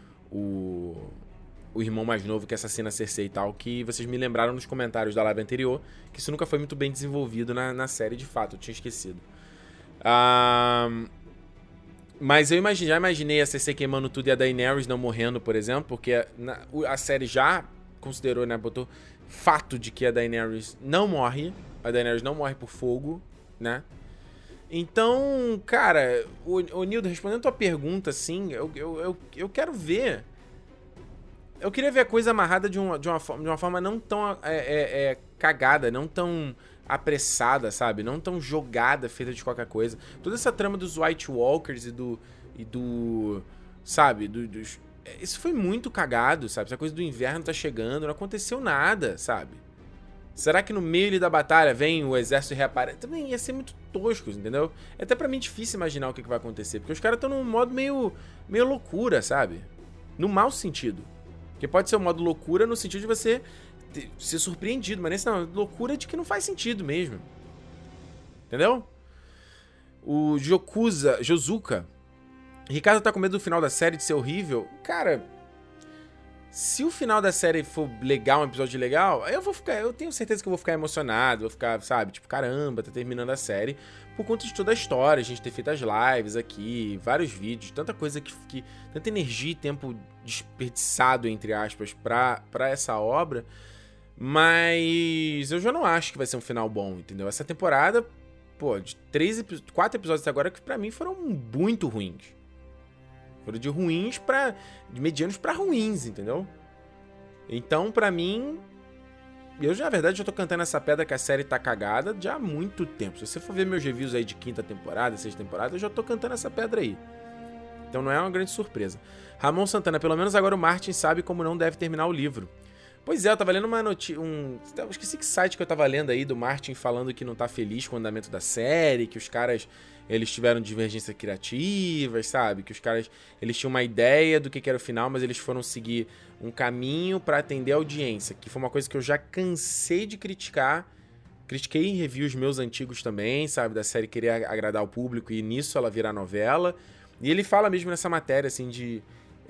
o irmão mais novo que assassina a Cersei e tal, que vocês me lembraram nos comentários da live anterior, que isso nunca foi muito bem desenvolvido na série, de fato, eu tinha esquecido. Mas eu já imaginei a Cersei queimando tudo e a Daenerys não morrendo, por exemplo, porque a série já considerou, né, botou fato de que a Daenerys não morre por fogo, né? Então, cara, o Nildo, respondendo a tua pergunta, assim, eu quero ver. Eu queria ver a coisa amarrada de uma forma não tão cagada, não tão apressada, sabe? Não tão jogada, feita de qualquer coisa. Toda essa trama dos White Walkers sabe? Isso foi muito cagado, sabe? Essa coisa do inverno tá chegando, não aconteceu nada, sabe? Será que no meio ali da batalha vem o exército e reaparece? Também ia ser muito tosco, entendeu? É até pra mim difícil imaginar o que vai acontecer, porque os caras estão num modo meio loucura, sabe? No mau sentido. Porque pode ser um modo loucura no sentido de você ser surpreendido, mas nesse não, loucura de que não faz sentido mesmo. Entendeu? O Josuka. Ricardo tá com medo do final da série de ser horrível. Cara, se o final da série for legal, um episódio legal, eu tenho certeza que eu vou ficar emocionado, vou ficar, sabe, tipo, caramba, tá terminando a série, por conta de toda a história, a gente ter feito as lives aqui, vários vídeos, tanta coisa tanta energia e tempo desperdiçado, entre aspas, pra essa obra, mas eu já não acho que vai ser um final bom, entendeu? Essa temporada, pô, de 4 episódios até agora, que pra mim foram muito ruins. Foram de medianos pra ruins, entendeu? Então, pra mim, na verdade, já tô cantando essa pedra que a série tá cagada já há muito tempo. Se você for ver meus reviews aí de 5ª temporada, 6ª temporada, eu já tô cantando essa pedra aí. Então não é uma grande surpresa. Ramon Santana, pelo menos agora o Martin sabe como não deve terminar o livro. Pois é, eu tava lendo uma notícia, esqueci que site que eu tava lendo aí do Martin falando que não tá feliz com o andamento da série, que os caras, eles tiveram divergências criativas, sabe? Que os caras, eles tinham uma ideia do que era o final, mas eles foram seguir um caminho pra atender a audiência, que foi uma coisa que eu já cansei de criticar. Critiquei em reviews meus antigos também, sabe? Da série querer agradar o público e nisso ela virar novela. E ele fala mesmo nessa matéria, assim, de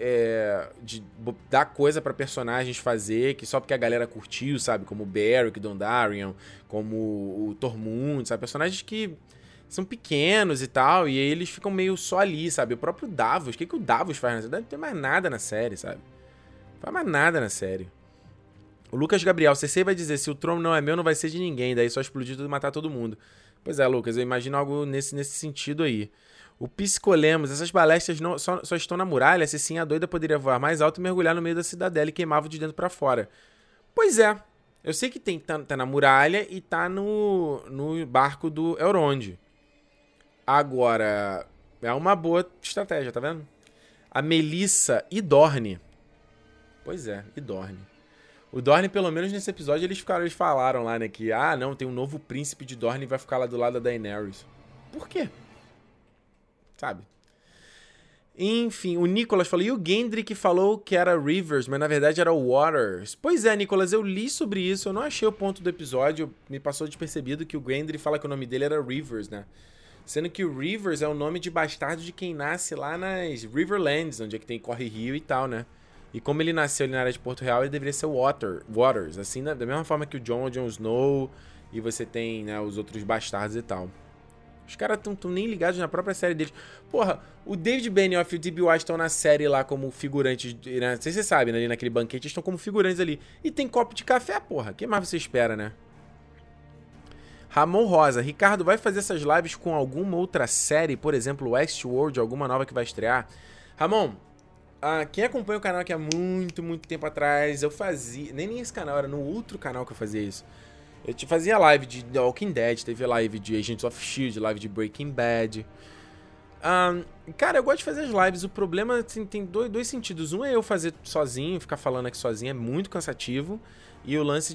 dar coisa pra personagens fazer, que só porque a galera curtiu, sabe? Como o Beric, Dondarrion, como o Tormund, sabe? Personagens que são pequenos e tal, e aí eles ficam meio só ali, sabe? O próprio Davos, o que o Davos faz na série? Não tem mais nada na série, sabe? Não faz mais nada na série. O Lucas Gabriel, Cersei vai dizer, se o trono não é meu, não vai ser de ninguém, daí só explodir tudo e matar todo mundo. Pois é, Lucas, eu imagino algo nesse sentido aí. O Psicolemos, essas balestras só estão na muralha, se sim a doida poderia voar mais alto e mergulhar no meio da cidadela e queimava de dentro pra fora. Pois é, eu sei que tá na muralha e tá no barco do Elrond. Agora, é uma boa estratégia, tá vendo? A Melissa e Dorne. Pois é, e Dorne. O Dorne, pelo menos nesse episódio, eles falaram lá, né, que, não, tem um novo príncipe de Dorne e vai ficar lá do lado da Daenerys. Por quê? Sabe? Enfim, o Nicolas falou, e o Gendry falou que era Rivers, mas na verdade era Waters. Pois é, Nicolas, eu li sobre isso, eu não achei o ponto do episódio, me passou despercebido que o Gendry fala que o nome dele era Rivers, né? Sendo que o Rivers é o nome de bastardo de quem nasce lá nas Riverlands, onde é que corre rio e tal, né? E como ele nasceu ali na área de Porto Real, ele deveria ser Waters, assim, da mesma forma que o Jon Snow, e você tem, né, os outros bastardos e tal. Os caras tão nem ligados na própria série deles. Porra, o David Benioff e o D.B. Weiss estão na série lá como figurantes, né? Não sei se você sabe, né? Ali naquele banquete, eles estão como figurantes ali. E tem copo de café, porra. O que mais você espera, né? Ramon Rosa. Ricardo, vai fazer essas lives com alguma outra série? Por exemplo, Westworld, alguma nova que vai estrear? Ramon, quem acompanha o canal aqui há muito tempo atrás, eu fazia... Nem esse canal, era no outro canal que eu fazia isso. Eu te fazia live de The Walking Dead, teve live de Agents of S.H.I.E.L.D., live de Breaking Bad. Cara, eu gosto de fazer as lives. O problema assim, tem dois sentidos. Um é eu fazer sozinho, ficar falando aqui sozinho, é muito cansativo. E o lance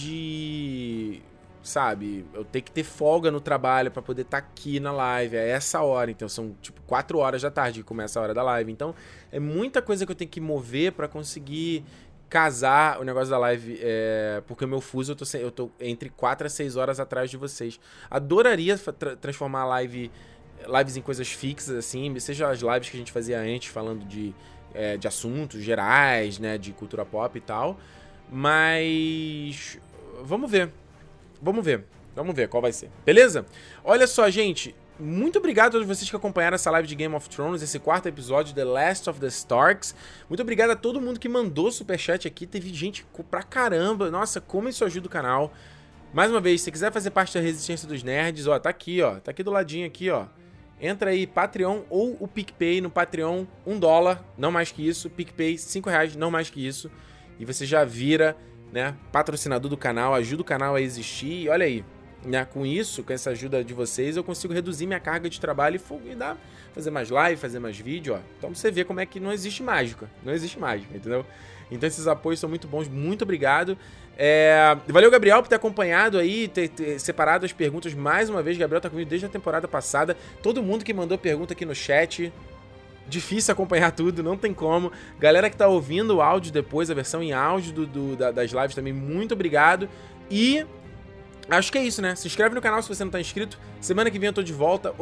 sabe, eu tenho que ter folga no trabalho pra poder estar aqui na live. É essa hora, então são tipo 4 horas da tarde que começa a hora da live. Então é muita coisa que eu tenho que mover pra conseguir casar o negócio da live, porque o meu fuso eu tô entre 4 a 6 horas atrás de vocês. Adoraria transformar lives em coisas fixas, assim, seja as lives que a gente fazia antes, falando de assuntos gerais, né, de cultura pop e tal, mas vamos ver qual vai ser, beleza? Olha só, gente, muito obrigado a todos vocês que acompanharam essa live de Game of Thrones, esse 4º episódio, The Last of the Starks. Muito obrigado a todo mundo que mandou superchat aqui, teve gente pra caramba. Nossa, como isso ajuda o canal. Mais uma vez, se você quiser fazer parte da Resistência dos Nerds, ó, tá aqui do ladinho aqui, ó. Entra aí, Patreon ou o PicPay. No Patreon, $1, não mais que isso. PicPay, R$5, não mais que isso. E você já vira, né, patrocinador do canal, ajuda o canal a existir. E olha aí, né, com essa ajuda de vocês, eu consigo reduzir minha carga de trabalho e fazer mais live, fazer mais vídeo, ó. Então você vê como é que não existe mágica, entendeu? Então esses apoios são muito bons, muito obrigado. Valeu, Gabriel, por ter acompanhado aí, ter separado as perguntas mais uma vez. Gabriel tá comigo desde a temporada passada. Todo mundo que mandou pergunta aqui no chat. Difícil acompanhar tudo, não tem como. Galera que tá ouvindo o áudio depois, a versão em áudio das lives também, muito obrigado. E acho que é isso, né? Se inscreve no canal se você não tá inscrito. Semana que vem eu tô de volta.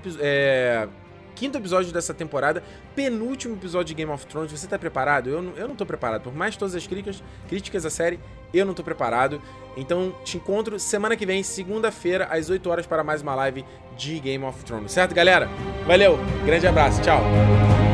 5º episódio dessa temporada. Penúltimo episódio de Game of Thrones. Você tá preparado? Eu não tô preparado. Por mais todas as críticas à série, eu não tô preparado. Então te encontro semana que vem, segunda-feira, às 8 horas, para mais uma live de Game of Thrones. Certo, galera? Valeu, grande abraço, tchau!